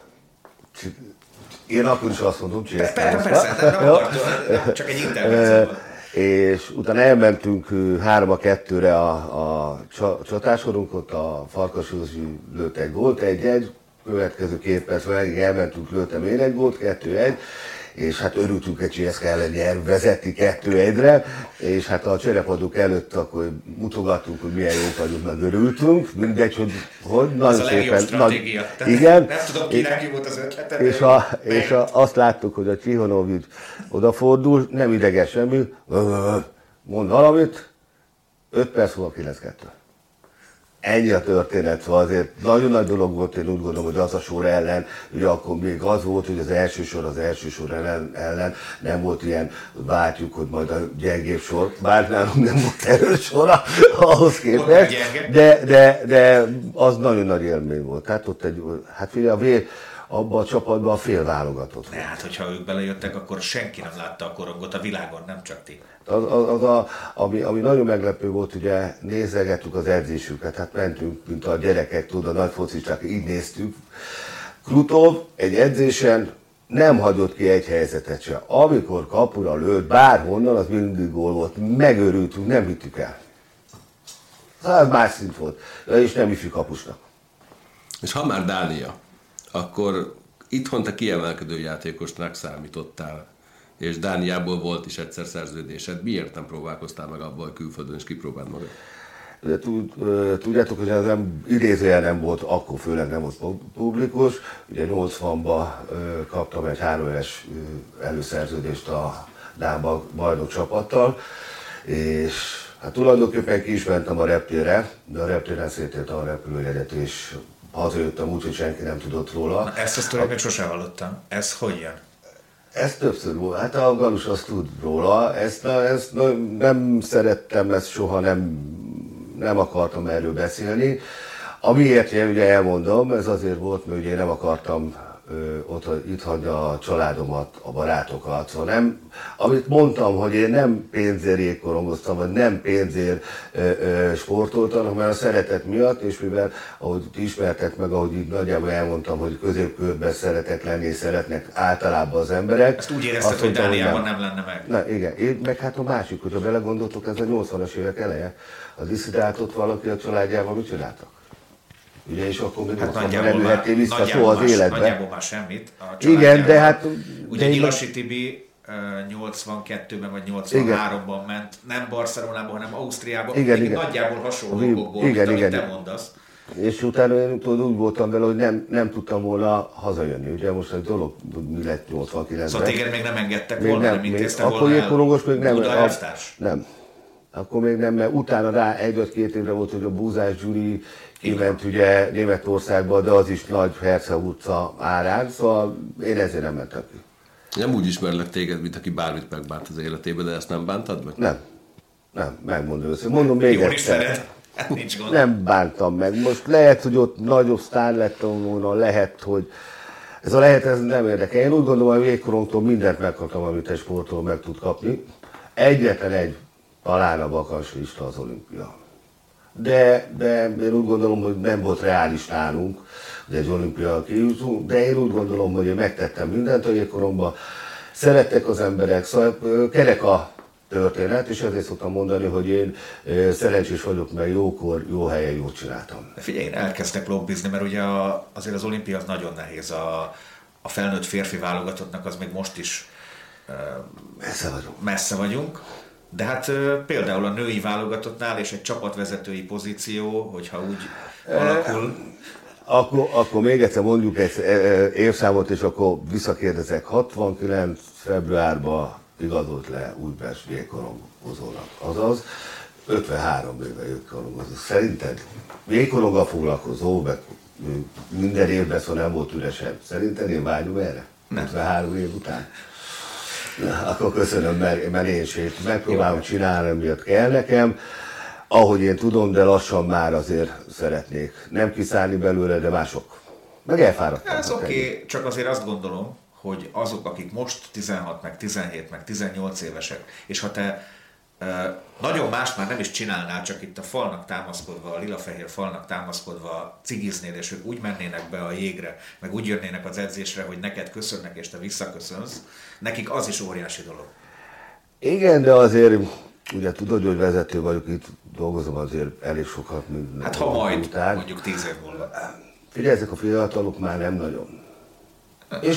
én akkor is azt mondom, CSKA.
Persze, csak egy intervenció.
És utána elmentünk 3-2-re a csatáskorunk, ott a Farkas Józsi lőtt egy gólt, 1-1, következő 2 percben elmentünk, lőttem én egy gólt, 2-1, és hát örültünk egy CSKA ellen vezeti 2-1-re, és hát a cserepadok előtt akkor mutogattunk, hogy milyen jók vagyunk, meg örültünk, mindegy, hogy nagyon
szépen. Ez a legjobb stratégia.
Igen.
Nem tudom, kinek volt az ötletet.
És azt láttuk, hogy a Csihanovics odafordul, nem ideges semmi, mond valamit, 5 perc múlva 9-2. Ennyi a történet, szóval azért nagyon nagy dolog volt, én úgy gondolom, hogy az a sor ellen, ugye akkor még az volt, hogy az első sor ellen nem volt ilyen, várjuk, hogy majd a gyengébb sor, bár nálunk nem volt erős sora ahhoz képest, de az nagyon nagy élmény volt. Tehát ott hát figyelj, abban a csapatban a fél válogatott volt.
Hát, hogyha ők belejöttek, akkor senki nem látta a korongot a világon, nem csak ti.
Ami nagyon meglepő volt, ugye nézegettük az edzésüket, hát mentünk, mint a gyerekek, tudod, a nagy focisták, így néztük. Krutov egy edzésen nem hagyott ki egy helyzetet se. Amikor kapura lőtt bárhonnan, az mindig gól volt. Megőrültünk, nem hittük el. Ez más szint volt, és nem ifjú kapusnak.
És ha már Dánia, akkor itthon te kiemelkedő játékosnak számítottál, és Dániából volt is egyszer szerződésed. Miért nem próbálkoztál meg abból, hogy külföldön is kipróbáld magad?
De tudjátok, hogy ez nem idézőjel nem volt, akkor főleg nem volt publikus. Ugye 80-ban kaptam egy 3 éves előszerződést a Dán bajnok csapattal, és hát tulajdonképpen ki is mentem a reptérre, de a reptéren szétértem a repülőjegyet, és hazajöttem úgy, hogy senki nem tudott róla.
Na, ezt a sztorit még sosem hallottam. Ez hogy jön?
Ez többször volt. Hát a Galus azt tud róla. Ezt nem szerettem, ezt soha nem akartam erről beszélni. Amiért én ugye elmondom, ez azért volt, mert ugye én nem akartam itt hagyni a családomat, a barátokat. Szóval nem, amit mondtam, hogy én nem pénzért jégkorongoztam, vagy nem pénzért sportoltam, hanem a szeretet miatt, és mivel, ahogy ismertek meg, ahogy így nagyjából elmondtam, hogy középkörben szeretek lenni, és szeretnek általában az emberek.
Ezt úgy érezted, hogy Dániában nem lenne meg?
Na igen, meg hát a másik, hogyha belegondoltok, ez a 80-as évek eleje. A diszidáltott valaki a családjával mit csináltak? Ugye, és akkor még
hát
nem ülhettél vissza soha az életbe.
Nagyjából már semmit.
Igen, de hát...
Ugye Nyilassi Tibi 82-ben vagy 83-ban ment, nem Barcelonában, hanem Ausztriában,
igen.
nagyjából hasonló okokból, mint amit te mondasz.
És utána én úgy voltam vele, hogy nem tudtam volna hazajönni. Ugye most egy dolog, mi lett 89-ben.
Szóval téged még nem engedtek volna, nem intéztek volna
akkor jégkorongos még nem.
Nem.
Akkor még nem, mert utána rá 1-2 évre volt, hogy a Búzás Gyuri kiment ugye Németországba, de az is nagy Herceg utca árán, szóval én ezért nem mentem ki.
Nem úgy ismerlek téged, mint aki bármit megbánt az életében, de ezt nem bántad meg?
Nem, megmondom őszintén. Mondom még
egyszer. Hát nincs gond.
Nem bántam meg. Most lehet, hogy ott nagyobb sztár lettem volna, lehet, hogy ez a lehet, ez nem érdekel. Én úgy gondolom, hogy jégkorongtól mindent megkaptam, amit egy sportról meg tud kapni. Egyetlen egy, talán a Bakancs lista az olimpia. De én úgy gondolom, hogy nem volt reális nálunk, hogy egy olimpia kijutunk, de én úgy gondolom, hogy én megtettem mindent a jégkorongban. Szerettek az emberek, szóval kerek a történet, és ezért szoktam mondani, hogy én szerencsés vagyok, mert jókor, jó helyen jót csináltam.
De figyelj, én elkezdtek lobbizni, mert ugye azért az olimpia az nagyon nehéz. A felnőtt férfi válogatottnak az még most is messze vagyunk. De hát például a női válogatottnál és egy csapatvezetői pozíció, hogyha úgy alakul...
Akkor még egyszer mondjuk egy évszámot, és akkor visszakérdezek. 69. februárban igazolt le Újpest jégkorongozónak. Azaz 53 éve jégkorongozó. Szerinted jégkoronggal foglalkozó, minden évben szóval nem volt üresebb. Szerinted én vágyom erre? Nem. 53 év után? Na, akkor köszönöm merénysét. Megpróbálom csinálni, amiért kell nekem. Ahogy én tudom, de lassan már azért szeretnék. Nem kiszállni belőle, de mások. Meg elfáradtam.
Ez oké, csak azért azt gondolom, hogy azok, akik most 16, meg 17, meg 18 évesek, és ha te nagyon más már nem is csinálnál, csak itt a falnak támaszkodva, a lila-fehér falnak támaszkodva cigiznéd, és ők úgy mennének be a jégre, meg úgy jönnének az edzésre, hogy neked köszönnek, és te visszaköszönsz, nekik az is óriási dolog.
Igen, de azért, ugye tudod, hogy vezető vagyok, itt dolgozom azért elég sokat.
Hát ha majd, után. Mondjuk 10 év múlva.
Figyelj, ezek a fiatalok már nem nagyon. És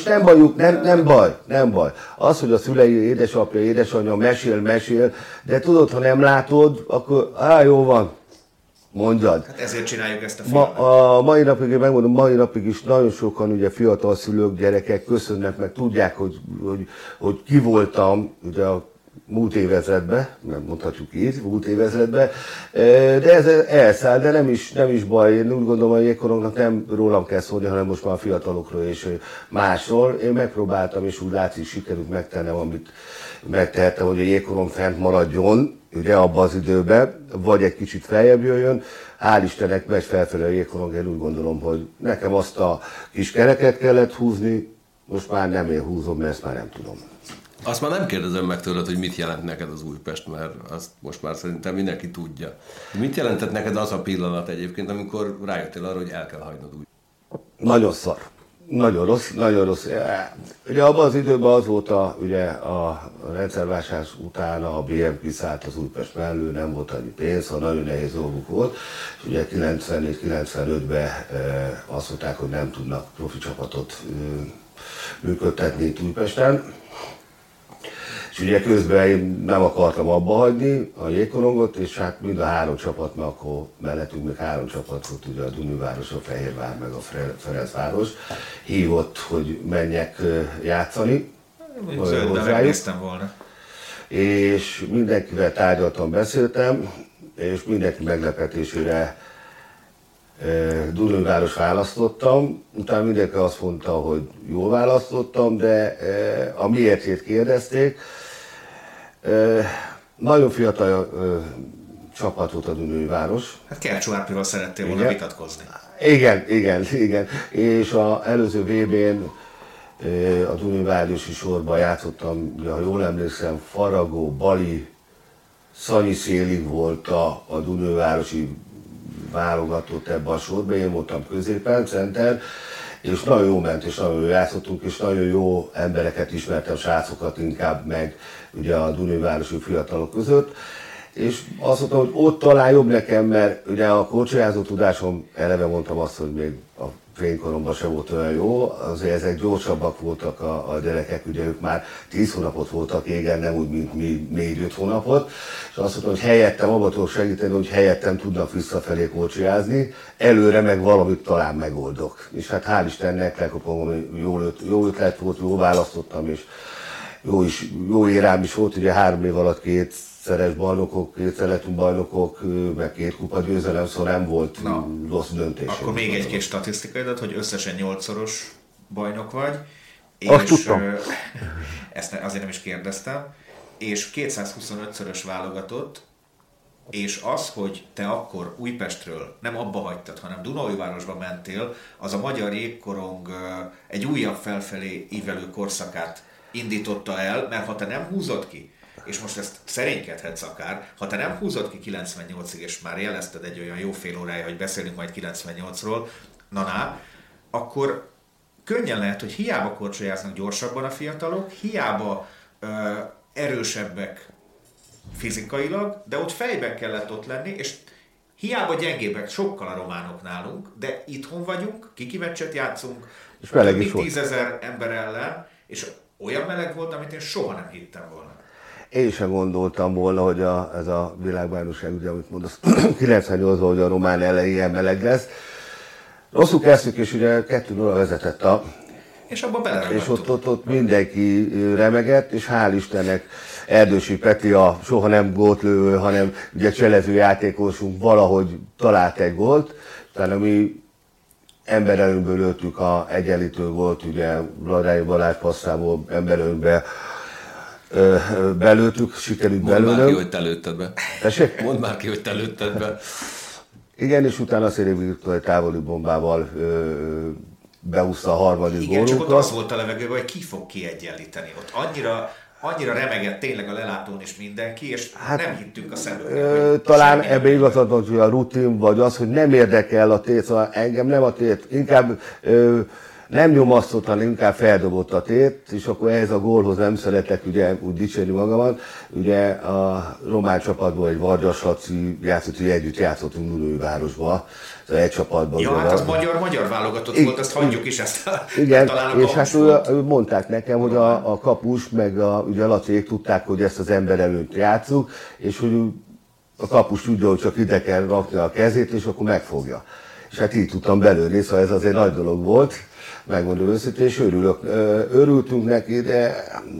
nem baj. Az, hogy a szülei, édesapja, édesanyja mesél, de tudod, ha nem látod, akkor jó van, mondjad.
Hát ezért csináljuk ezt a filmet.
A mai napig, én megmondom, mai napig is nagyon sokan ugye fiatal szülők, gyerekek köszönnek, meg tudják, hogy ki voltam ugye a múlt évezredben, nem mondhatjuk így, múlt évezredben, de ez elszáll, de nem is baj. Én úgy gondolom, hogy a jégkorongnak nem rólam kell szólni, hanem most már a fiatalokról és másról. Én megpróbáltam, és úgy látszik, sikerült megtennem, amit megtehettem, hogy a jégkorong fent maradjon, ugye abban az időben, vagy egy kicsit feljebb jöjjön. Hál' Istennek megy felfelé a jégkorong, én úgy gondolom, hogy nekem azt a kis kereket kellett húzni, most már nem én húzom, mert ezt már nem tudom.
Azt már nem kérdezem meg tőled, hogy mit jelent neked az Újpest, mert azt most már szerintem mindenki tudja. Mit jelentett neked az a pillanat egyébként, amikor rájöttél arra, hogy el kell hagynod úgy?
Nagyon szar. Nagyon rossz. Ugye abban az időben az volt ugye a rendszerváltás után a BM kiszállt az Újpest mellől, nem volt annyi pénz, nagyon nehéz dolguk volt. És ugye 94-95-ben azt mondták, hogy nem tudnak profi csapatot működtetni itt Újpesten. És ugye közben én nem akartam abba hagyni a jégkorongot, és hát mind a 3 csapat, mert akkor mellettünk még 3 csapat volt, ugye a Dunaújváros, a Fehérvár, meg a Ferencváros, hívott, hogy menjek játszani.
Megnéztem volna.
És mindenkivel tárgyaltam, beszéltem, és mindenki meglepetésére Dunaújváros választottam, utána mindenki azt mondta, hogy jól választottam, de a miértjét kérdezték. Nagyon fiatal csapat volt a Dunaújváros.
Hát Kercsó Árpival szerettél volna vitatkozni.
Igen. És az előző VB-n a Dunaújvárosi sorban játszottam, ha jól emlékszem, Faragó, Bali, Szanyi Szélig volt a Dunaújvárosi válogatott ebben a sorban, én voltam középen, center, és nagyon jó ment, és nagyon jó játszottunk, és nagyon jó embereket ismertem, srácokat inkább meg ugye a Dunaújvárosi fiatalok között, és azt mondtam, hogy ott talán jobb nekem, mert ugye a korcsolyázó tudásom, eleve mondtam azt, hogy még a fénykoromban se volt olyan jó, azért ezek gyorsabbak voltak a gyerekek, ugye ők már 10 hónapot voltak égen, nem úgy, mint mi 4-5 hónapot, és azt mondtam, hogy helyettem, abban tudok segíteni, hogy helyettem tudnak visszafelé kocsiázni, előre meg valamit talán megoldok. És hát hál' Istennek, lekopom, hogy jó ötlet volt, jól választottam, és jó érám is volt, ugye 3 év alatt 2-szeres bajnokok, 2 letünk bajnokok, meg 2 kupagyőzelem, szóval nem volt rossz döntés.
Akkor még egy-két statisztikai adat, hogy összesen 8-szoros bajnok vagy.
Azt tudtam.
Ezt azért nem is kérdeztem. És 225-szörös válogatott, és az, hogy te akkor Újpestről nem abba hagytad, hanem Dunaújvárosba mentél, az a magyar jégkorong egy újabb felfelé ívelő korszakát indította el, mert ha te nem húzod ki, és most ezt szerénykedhetsz akár, ha te nem húzod ki 98-ig, és már jelezted egy olyan jó fél órája, hogy beszélünk majd 98-ról, akkor könnyen lehet, hogy hiába korcsolyáznak gyorsabban a fiatalok, hiába erősebbek fizikailag, de ott fejben kellett ott lenni, és hiába gyengébbek sokkal a románok nálunk, de itthon vagyunk, kiki-meccset játszunk,
és
több mint 10 000 ember ellen, és olyan meleg volt, amit én soha nem hittem volna.
Én sem gondoltam volna, hogy ez a világbajnokság, ugye, amit mondasz, 98-ban, hogy a román ellen ilyen meleg lesz. Rosszul kezdtük, és ugye 2-0 vezetett
és abban beleragadtunk.
És ott mindenki remegett, és hál' Istennek Erdősi Peti a soha nem gólt lövő, hanem ugye cselező játékosunk valahogy talált egy gólt, utána mi emberelőnből lőttük a egyenlítő gólt, ugye Vladányi Balázs passzából emberelőnbe belőttük, sikerült belőlöm.
Mondd már ki, hogy te lőtted be.
Tessék?
Mondd már ki, hogy te lőtted be.
Igen, és utána Széri Viktor egy távoli bombával behúzta a harmadik gólunkat.
Igen, csak ott az volt a levegőben, hogy ki fog kiegyenlíteni. Ott annyira remegett tényleg a lelátón is mindenki, és nem hittünk a szemünknek.
Talán ebbe igazad van, hogy a rutin, vagy az, hogy nem érdekel a tét, szóval engem nem a tét, inkább nem nyomasztott, hanem inkább feldobott a tét, és akkor ehhez a gólhoz nem szeretek ugye úgy dicsérni magamat. Ugye a román csapatból egy Vargyas Laci játszott, hogy együtt játszottunk Dunaújvárosba, szóval egy csapatban.
Ja, hát az magyar válogatott volt, ezt hagyjuk is ezt.
Igen, és hát mondták nekem, hogy a kapus, meg ugye Laciék tudták, hogy ezt az ember előtt játszuk, és hogy a kapus tudja, hogy csak ide kell rakni a kezét, és akkor megfogja. És hát így tudtam belőni, szóval ez azért nagy dolog volt. Megmondom őszintén, és örültünk neki, de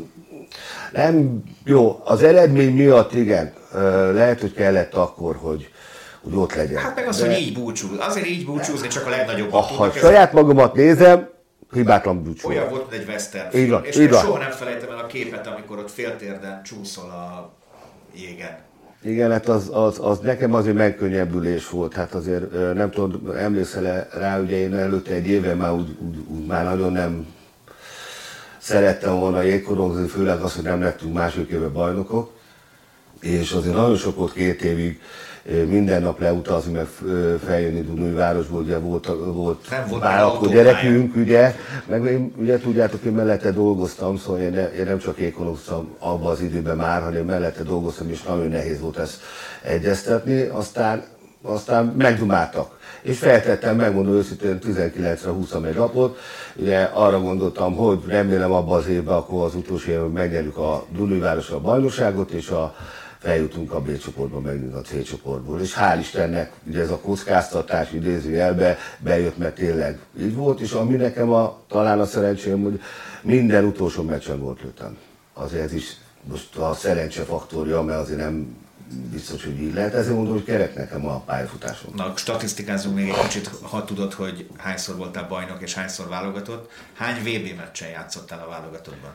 nem jó. Az eredmény miatt igen, lehet, hogy kellett akkor, hogy ott legyen.
Hát meg az, hogy így búcsúz. Azért így búcsúzni csak a legnagyobb.
Ha saját magamat nézem, hibátlan búcsú.
Olyan volt, mint egy western.
Így van,
és
így van.
soha nem felejtem el a képet, amikor ott féltérden csúszol a jégen.
Igen, hát az nekem azért megkönnyebbülés volt, hát azért nem tudom, emlékszel rá, ugye én előtte egy éve már úgy már nagyon nem szerettem volna jégkorongozni, főleg az, hogy nem lettünk második éve bajnokok, és azért nagyon sok volt 2 évig minden nap leutazni, meg feljönni Dunaújvárosból, ugye volt már akkor gyerekünk, ugye, meg ugye tudjátok, én mellette dolgoztam, szóval én nem csak jégkorongoztam abban az időben már, hanem mellette dolgoztam, és nagyon nehéz volt ezt egyeztetni, aztán megdumáltak. És feltettem, megmondom őszintén, 19-re húztam egy napot, ugye arra gondoltam, hogy remélem abban az évben, akkor az utolsó évben megnyerjük a Dunaújvárosra a bajnokságot, és feljutunk a B csoportba, megint a C csoportból. És hál' Istennek ugye ez a kockáztatás idézőjelbe bejött, mert tényleg így volt, és ami nekem talán a szerencsém, hogy minden utolsó meccsen volt lőttem. Azért ez is most a szerencse faktorja, mert azért nem biztos, hogy így lehet. Ezért mondom, hogy kerek nekem a pályafutásom.
Na, statisztikázunk még egy kicsit, ha tudod, hogy hányszor voltál bajnok és hányszor válogatott. Hány VB meccsen játszottál a válogatottban?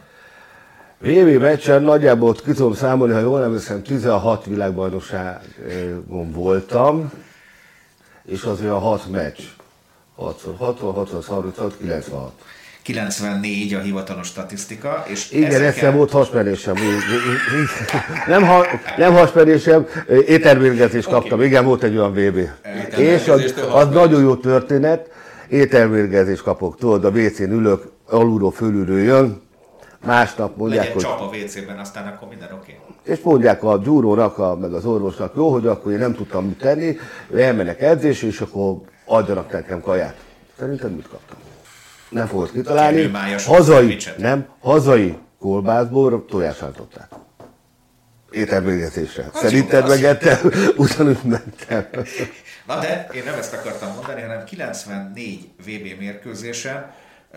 VB meccsen nagyjából ki tudom számolni, ha jól emlékszem, 16 világbajnokságon voltam, és az olyan 6 meccs. 6-6, 36, 96.
94 a hivatalos statisztika, és
igen, egyszer volt hasmenésem. Nem hasmenésem, ételmérgezést kaptam. Igen, volt egy olyan VB. És az nagyon jó történet, ételmérgezést kapok. Tudod, a WC-n ülök, alulról fölülről jön, másnap mondják,
legyen csap a WC-ben, aztán akkor minden oké.
És mondják a gyúrónak, meg az orvosnak, jó, hogy akkor én nem tudtam mit tenni, elmennek edzésre, és akkor adjanak nekem kaját. Szerinted mit kaptam? Nem fogod kitalálni.
Kenőmájas
Hazai, nem, hazai kolbászból tojásrántották. Ételmégezésre. Szerinted megettem, ugyanúgy mentem.
Na de én nem ezt akartam mondani, hanem 94 VB mérkőzésen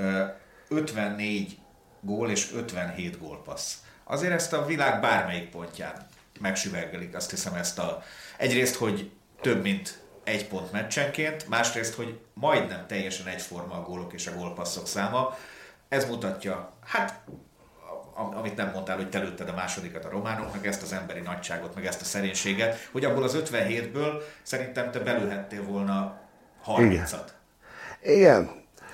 54 gól és 57 gólpassz. Azért ezt a világ bármelyik pontján megsüveggelik, azt hiszem ezt egyrészt, hogy több mint 1 pont meccsenként, másrészt, hogy majdnem teljesen egyforma a gólok és a gólpasszok száma. Ez mutatja, hát amit nem mondtál, hogy te lőtted a másodikat a románoknak, ezt az emberi nagyságot, meg ezt a szerénységet, hogy abból az 57-ből szerintem te belőhettél volna 30-at.
Igen.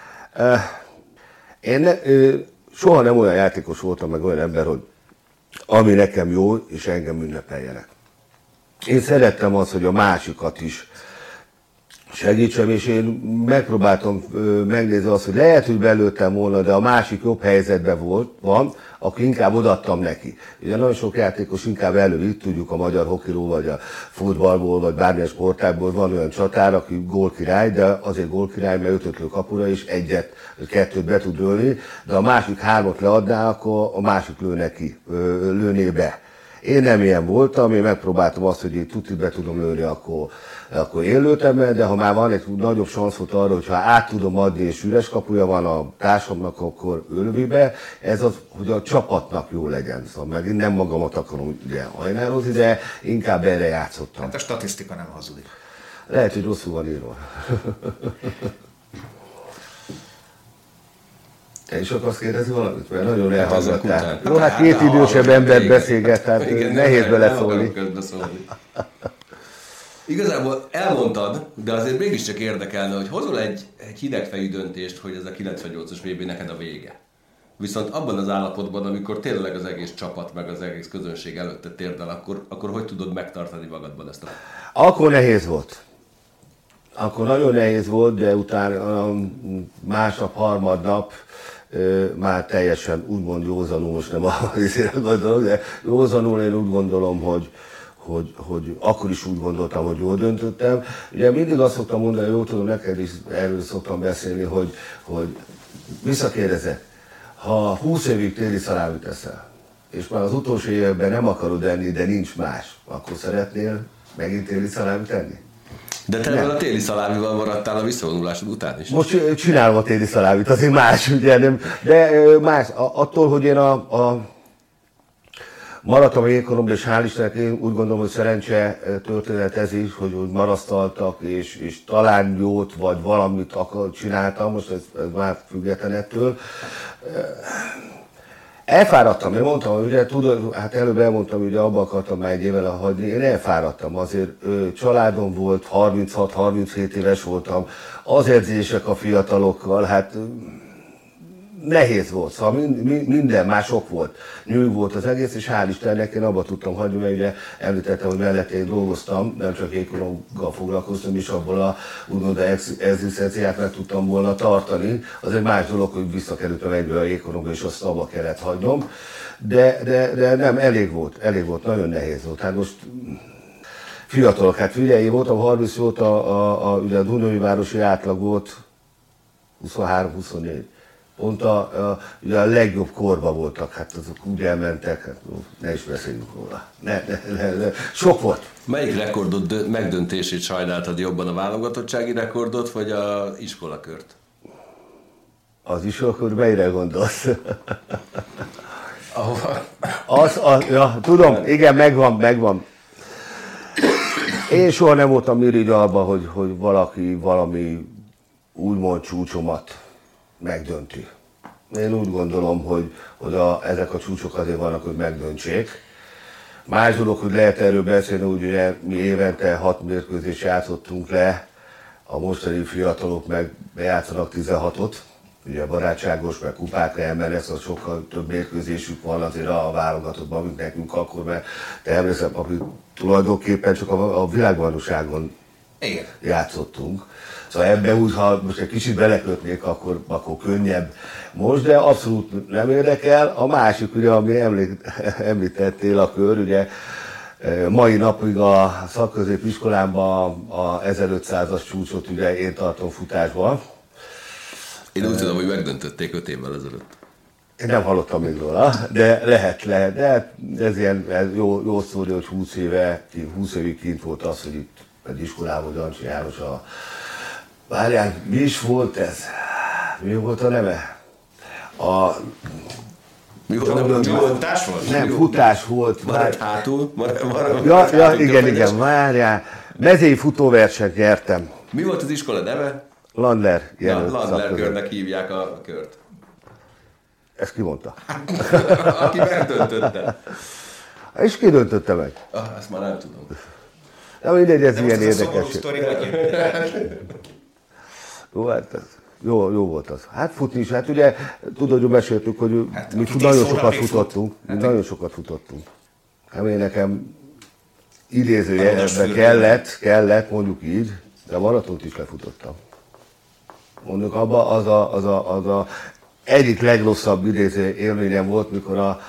Én soha nem olyan játékos voltam, meg olyan ember, hogy ami nekem jó, és engem ünnepeljenek. Én szerettem azt, hogy a másikat is segítsem, és én megpróbáltam megnézni azt, hogy lehet, hogy belőttem volna, de a másik jobb helyzetben van, akkor inkább odaadtam neki. Ugye nagyon sok játékos inkább elővitt, tudjuk a magyar hokiról, vagy a futballból, vagy bármilyen sportágból van olyan csatár, aki gólkirály, de azért gólkirály, mert 5-öt lő kapura, és 1-2 be tud lőni, de a másik 3-ot leadná, akkor a másik lőné be. Én nem ilyen voltam, én megpróbáltam azt, hogy én tutit be tudom lőni, akkor én lőttem be, de ha már van egy nagyobb sanszot arra, hogy ha át tudom adni, és üres kapuja van a társamnak, akkor ő lövi be. Ez az, hogy a csapatnak jó legyen. Szóval meg én nem magamat akarom ugye hajnározni, de inkább erre játszottam.
Hát a statisztika nem hazudik.
Lehet, hogy rosszul van írva. Te is akarsz kérdezni valamit? Mert nagyon elhallgattál. Jó, hát két idősebb embert beszélget, tehát nehéz beleszólni.
Igazából elmondtad, de azért mégiscsak érdekelne, hogy hozol egy hidegfejű döntést, hogy ez a 98-as VB neked a vége. Viszont abban az állapotban, amikor tényleg az egész csapat, meg az egész közönség előtte térdel, akkor hogy tudod megtartani magadban ezt a...
Akkor nehéz volt. Akkor nagyon nehéz volt, de utána másnap, harmadnap már teljesen úgymond józanul, most nem azért gondolom, de józanul én úgy gondolom, hogy akkor is úgy gondoltam, hogy jól döntöttem. Ugye mindig azt szoktam mondani, jól tudom, neked is erről szoktam beszélni, hogy visszakérdezek, ha 20 évig téli szalámit eszel, és már az utolsó években nem akarod enni, de nincs más, akkor szeretnél megint téli szalámit enni?
De te a téli szalámival maradtál a visszavonulásod után is.
Most csinálom a téli szalámit, azért más, ugye nem, de más, attól, hogy én maradtam a jégkoromban, és hál' Istennek én úgy gondolom, hogy szerencse történet ez is, hogy marasztaltak, és talán jót, vagy valamit csináltam, most ez már független ettől. Elfáradtam, én mondtam, hogy ugye, tudod, hát előbb elmondtam, hogy abba akartam már egy évvel hagyni, én elfáradtam, azért családom volt, 36-37 éves voltam, az edzések a fiatalokkal, hát nehéz volt, szóval minden már sok volt. Nyűg volt az egész, és hál' Istennek én abba tudtam hagyni, mert ugye említettem, hogy mellett én dolgoztam, nem csak jégkoromgal foglalkoztam, és abból a úgymond egzisztenciát meg tudtam volna tartani. Az egy más dolog, hogy visszakerültem egyből a jégkoromba, és azt abba kellett hagynom. De nem, elég volt, nagyon nehéz volt. Hát most fiatalok, hát figyelj, én voltam 30 óta, ugye a Dunai városi átlag volt 23-24. Pont ugye a legjobb korban voltak, hát azok úgy elmentek, hát ne is beszéljünk róla. Ne. Sok volt.
Melyik rekordod megdöntését sajnáltad jobban, a válogatottsági rekordot, vagy az iskolakört?
Az iskolakört melyre gondolsz?
Ahova?
Tudom, igen, megvan. Én soha nem voltam irigyalban, hogy valaki valami úgymond csúcsomat megdönti. Én úgy gondolom, hogy ezek a csúcsok azért vannak, hogy megdöntsék. Más dolog, hogy lehet erről beszélni, hogy ugye mi évente 6 mérkőzést játszottunk le, a mostani fiatalok meg bejátszanak 16-ot, ugye barátságos, meg kupákra emelnek, szóval sokkal több mérkőzésük van azért a válogatottban, mint nekünk akkor, mert te emlékszem, hogy tulajdonképpen csak a világbajnokságon játszottunk. Szóval ebben úgy, ha most egy kicsit belekötnék, akkor könnyebb most, de abszolút nem érdekel. A másik, ugye, ami említettél a kör, ugye mai napig a szakközépiskolámban a 1500-as csúcsot ugye én tartom futásban.
Én úgy tudom, hogy megdöntötték 5 évvel ezelőtt.
Én nem hallottam még róla, de lehet, de ez ilyen ez jó szórja, hogy 20 évig kint volt az, hogy itt egy iskolában Jancsi János Várjál, mi is volt ez? Mi volt a neve?
Futás volt?
Nem, futás volt.
Maradt hátul?
Igen, várjál. Mezei futóversenyt nyertem.
Mi volt az iskola neve?
Landler.
Landler körnek hívják a kört.
Ezt ki mondta?
Aki megdöntötte.
És ki döntötte meg?
Ezt már nem tudom.
De mindegy, ez
De
ilyen
most ez a
érdekes.
szomorú sztori, vagy
Jó volt az. Hát futni is, hát ugye tudod, hogy meséltük, hogy mi nagyon sokat futottunk. Nagyon sokat futottunk. Hát én nekem idézőjelben kellett, mondjuk így, de a maratont is lefutottam. Mondjuk abban az a egyik legrosszabb idéző élményem volt, mikor a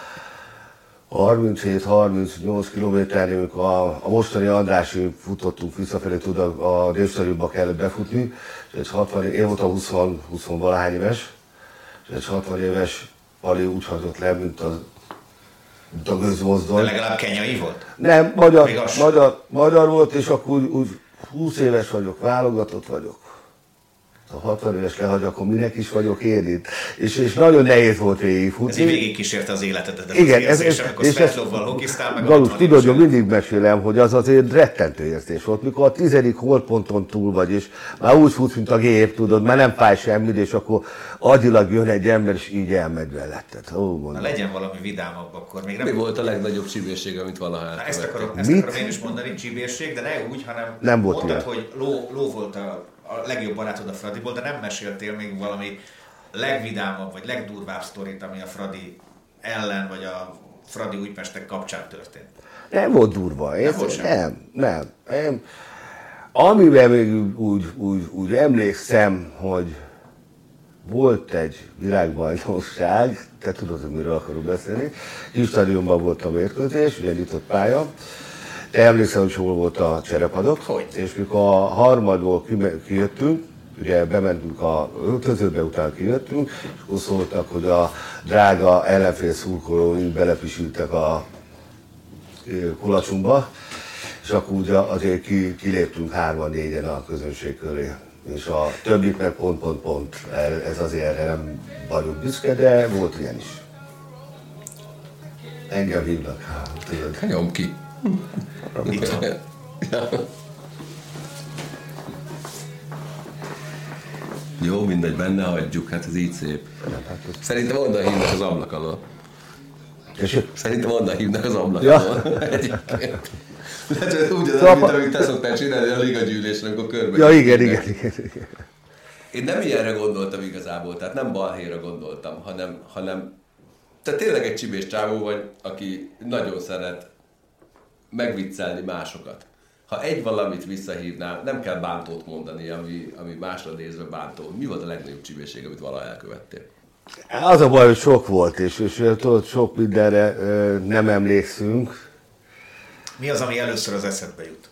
37-38 kilométernél, amikor a mostani Andrási futottunk visszafelé, tudod, a Dévszarjúba kellett befutni, és egy 60, én voltam 20-valahány éves, és egy 60 éves Pali úgy hagyott le, mint a gőzmozdony.
De legalább kenyai volt?
Nem, magyar volt, és akkor úgy 20 éves vagyok, válogatott vagyok. Ha 60 éves lehagy, akkor minek is vagyok én itt. És nagyon nehéz volt végigfutni.
Ez így végigkísérte az életedet.
Igen,
amikor Svetlóval hokiztál, meg
Galus, tudod, hogy mindig mesélem, hogy az azért rettentő érzés volt, mikor a 10. holdponton túl vagy, és már úgy futsz, mint a gép, tudod, már nem fáj semmit, és akkor agyilag jön egy ember, és így elmegy veletted.
Na legyen valami vidámabb akkor. Még nem...
Mi volt a legnagyobb csibészség, amit valaha elkövettél?
Ezt akarom én is mondani, csibészség, de ne úgy, hanem
nem volt
mondtad,
ilyen.
hogy ló volt a legjobb barátod a Fradiból, de nem meséltél még valami legvidámabb, vagy legdurvább sztorit, ami a Fradi ellen, vagy a Fradi Újpestek kapcsán történt.
Nem volt durva. Nem. Amiben még úgy emlékszem, hogy volt egy világbajnokság, te tudod, hogy miről akarok beszélni, kis stadionban volt a mérkőzés, ugye nyitott pálya. Te emlékszel, hogy hol volt a cserepadok, és mikor a harmadból kijöttünk, ugye bementünk a öltözőbe, utána kijöttünk, és akkor szóltak, hogy a drága ellenfél szurkolóink belepisültek a kulacsunkba, és akkor ugye azért kiléptünk 3-4-en a közönség köré. És a többit meg pont. Ez azért erre nem vagyok büszke, de volt ilyen is. Engem hívnak.
Nyom ki. Jó, mindegy, benne hagyjuk, hát ez így szép. Szerintem onnan hívnak az ablak alól. Szerintem onnan hívnak az ablak alól. Egyébként. Ugyanaz, mint amit te szoktál csinálni a ligagyűlésre, amikor körbe.
Ja, igen.
Én nem ilyenre gondoltam igazából, tehát nem balhéra gondoltam, hanem te tényleg egy csibés csávó vagy, aki nagyon szeret megviccelni másokat. Ha egy valamit visszahívnál, nem kell bántót mondani, ami másra nézve bántó. Mi volt a legnagyobb csibészség, amit valaha elkövettél?
Az a baj, hogy sok volt, és tudod, sok mindenre nem emlékszünk.
Mi az, ami először az eszedbe jut?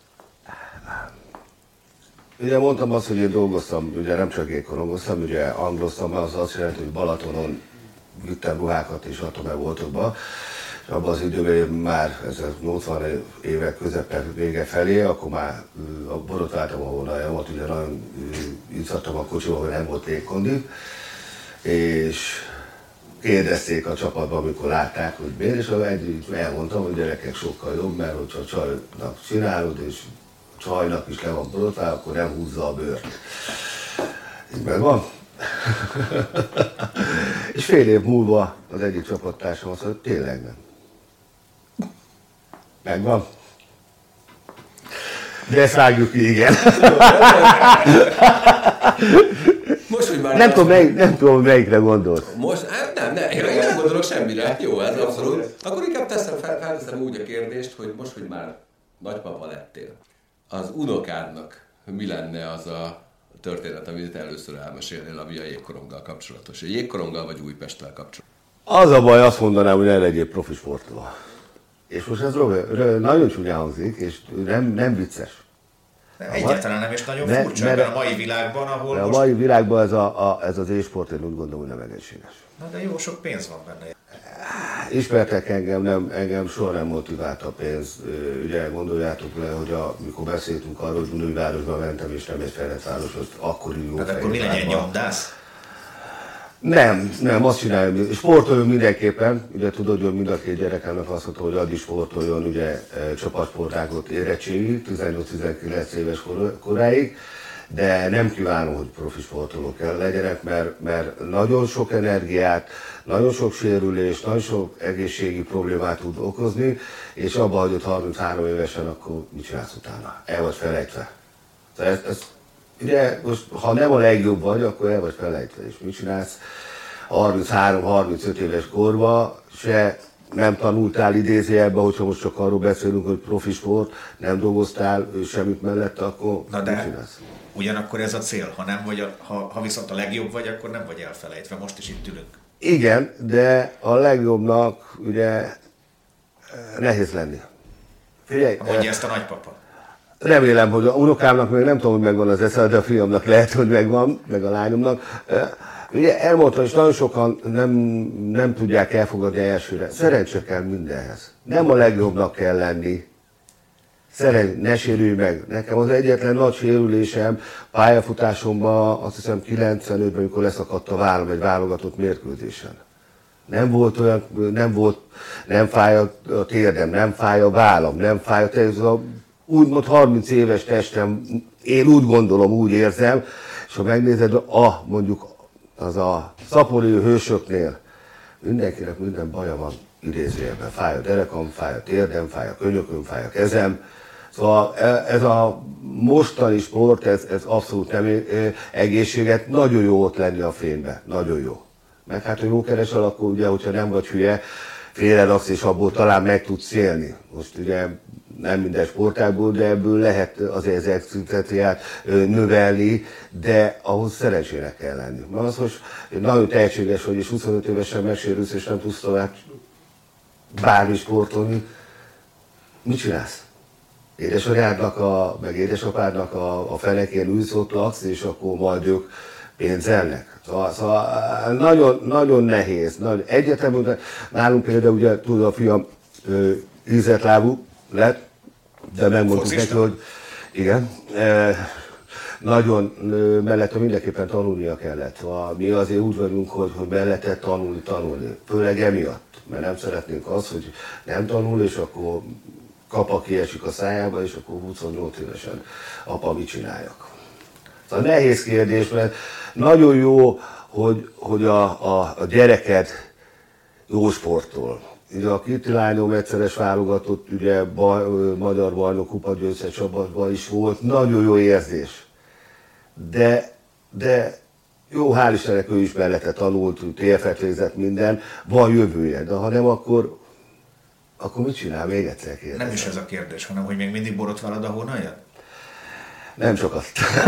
Ugye mondtam azt, hogy én dolgoztam, ugye nem csak ékkorongoztam, ugye angloztam, az azt jelenti, hogy Balatonon vittem ruhákat és adtam el boltokba. És abban az időben már ez a 80 évek közepe vége felé, akkor már borotváltam a hónajamat, ugye nagyon izzadtam a kocsiba, hogy nem volt légkondi. És kérdezték a csapatban, amikor látták, hogy miért, és együtt elmondtam, hogy gyerekek sokkal jobb, mert hogyha csajnak csinálod, és csajnak is le van borotvál, akkor nem húzza a bőrt. Így megvan. És fél év múlva az egyik csapattársam azt mondta, hogy tényleg nem. Megvan. De ezt vágjuk ki, igen.
Most, hogy már
nem tudom, melyikre gondolsz.
Most? Nem, én nem gondolok semmire. Jó, ez abszolút. Akkor inkább felteszem úgy a kérdést, hogy most, hogy már nagypapa lettél, az unokádnak mi lenne az a történet, amit először elmesélnél, ami a jégkoronggal kapcsolatos? A jégkoronggal vagy Újpesttel kapcsolatos?
Az a baj, azt mondanám, hogy ne legyél profi sportoló. És most ez nagyon csúnyán hangzik, és nem vicces.
Egyáltalán nem, és nagyon furcsa ebben a mai világban, ahol
a
most...
mai világban ez az e-sport, én úgy gondolom, hogy nem egészséges.
Na de jó sok pénz van benne.
Ismertek engem soha nem motivált a pénz. Ugye gondoljátok le, hogy amikor beszéltünk arról, hogy Dunajvárosba mentem, és nem egy Ferencvároshoz, akkor jó.
Hát akkor mi legyen, nyomdász?
Nem, azt csinálom. Sportoljon mindenképpen, ugye tudod, hogy mind a két gyerekemnek azt mondta, hogy addig sportoljon, ugye csapatsportágot érettségi, 18-19 éves koráig, de nem kívánom, hogy profi sportolók kell legyenek, mert nagyon sok energiát, nagyon sok sérülést, nagyon sok egészségi problémát tud okozni, és abba hagyott 33 évesen, akkor mit csinálsz utána? El vagy felejtve. Ugye most, ha nem a legjobb vagy, akkor el vagy felejtve, és mit csinálsz 33-35 éves korban, se nem tanultál idézőjelben, hogyha most csak arról beszélünk, hogy profi sport, nem dolgoztál semmit mellette, akkor
na
mit csinálsz?
Ugyanakkor ez a cél, ha nem vagy, ha viszont a legjobb vagy, akkor nem vagy elfelejtve, most is itt ülünk.
Igen, de a legjobbnak ugye nehéz lenni. Figyelj,
mondja ezt a nagypapa.
Remélem, hogy a unokámnak még nem tudom, hogy megvan az esze, de a fiamnak lehet, hogy megvan, meg a lányomnak. Ugye elmondtam, és nagyon sokan nem tudják elfogadni elsőre. Szerencse kell mindenhez. Nem a legjobbnak kell lenni. Ne sérülj meg. Nekem az egyetlen nagy sérülésem pályafutásomban, azt hiszem 95-ben, amikor leszakadt a vállam egy válogatott mérkőzésen. Nem fáj a térdem, nem fáj a vállam, nem fáj a testem. Úgymond 30 éves testem, én úgy gondolom, úgy érzem, és ha megnézed, mondjuk az a szaporodó hősöknél, mindenkinek minden baja van idézőjelben. Fáj a derekam, fáj a térdem, fáj a könyököm, fáj a kezem. Szóval ez a mostani sport, ez abszolút nem egészséget, nagyon jó ott lenni a fényben, nagyon jó. Meg hát, hogy jó keresel, akkor ugye, hogyha nem vagy hülye, félreraksz, és abból talán meg tudsz élni. Most ugye nem minden sportágból, de ebből lehet azért az excitációt növelni, de ahhoz szerencsének kell lenni. Mert az, hogy nagyon tehetséges vagy, és 25 évesen megsérülsz, és nem tudsz tovább bármi sportolni, mit csinálsz? Édesanyádnak, meg édesapádnak a fenekén ülsz, ott laksz, és akkor majd ők pénzelnek. Szóval nagyon, nagyon nehéz. Egyetemben nálunk például, ugye tudod, a fiam ízetlábú lett, de megmondtuk neki, hogy igen, nagyon mellette mindenképpen tanulnia kellett. Szóval mi azért úgy vagyunk, hogy mellette tanulni. Főleg emiatt, mert nem szeretnénk azt, hogy nem tanul, és akkor kapa kiesik a szájába, és akkor 28 évesen apa, mit csináljak. Szóval nehéz kérdés, mert nagyon jó, hogy a gyereked jó sportol. Ugye a Kirti lányom egyszeres válogatott, ugye magyar bajnok, kupagyőztes csapatban is volt, nagyon jó érzés. De jó, hál' Istennek ő is mellette tanult, TFF-et végzett minden, van jövője, de ha nem, akkor mit csinál? Még egyszer kérdezem.
Nem is ez a kérdés, hanem hogy még mindig borotválod a hónaljat?
Nem sokat.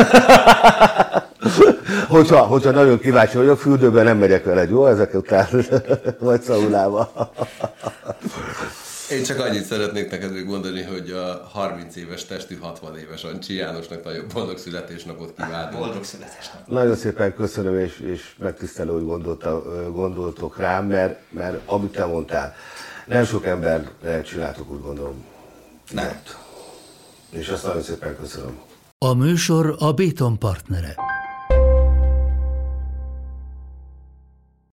hogyha nagyon kíváncsi vagyok, fürdőben nem megyek veled, jó? Ezek után vagy szaunába.
Én csak annyit szeretnék neked még mondani, hogy a 30 éves testű 60 éves Ancsi Jánosnak nagyon boldog születésnapot kívánok.
Boldog születésnapot.
Nagyon szépen köszönöm, és megtisztelő, hogy gondoltok rám, mert amit te mondtál, nem sok emberre csináltok, úgy gondolom.
Nem.
És azt nagyon szépen köszönöm.
A műsor a Béton partnere.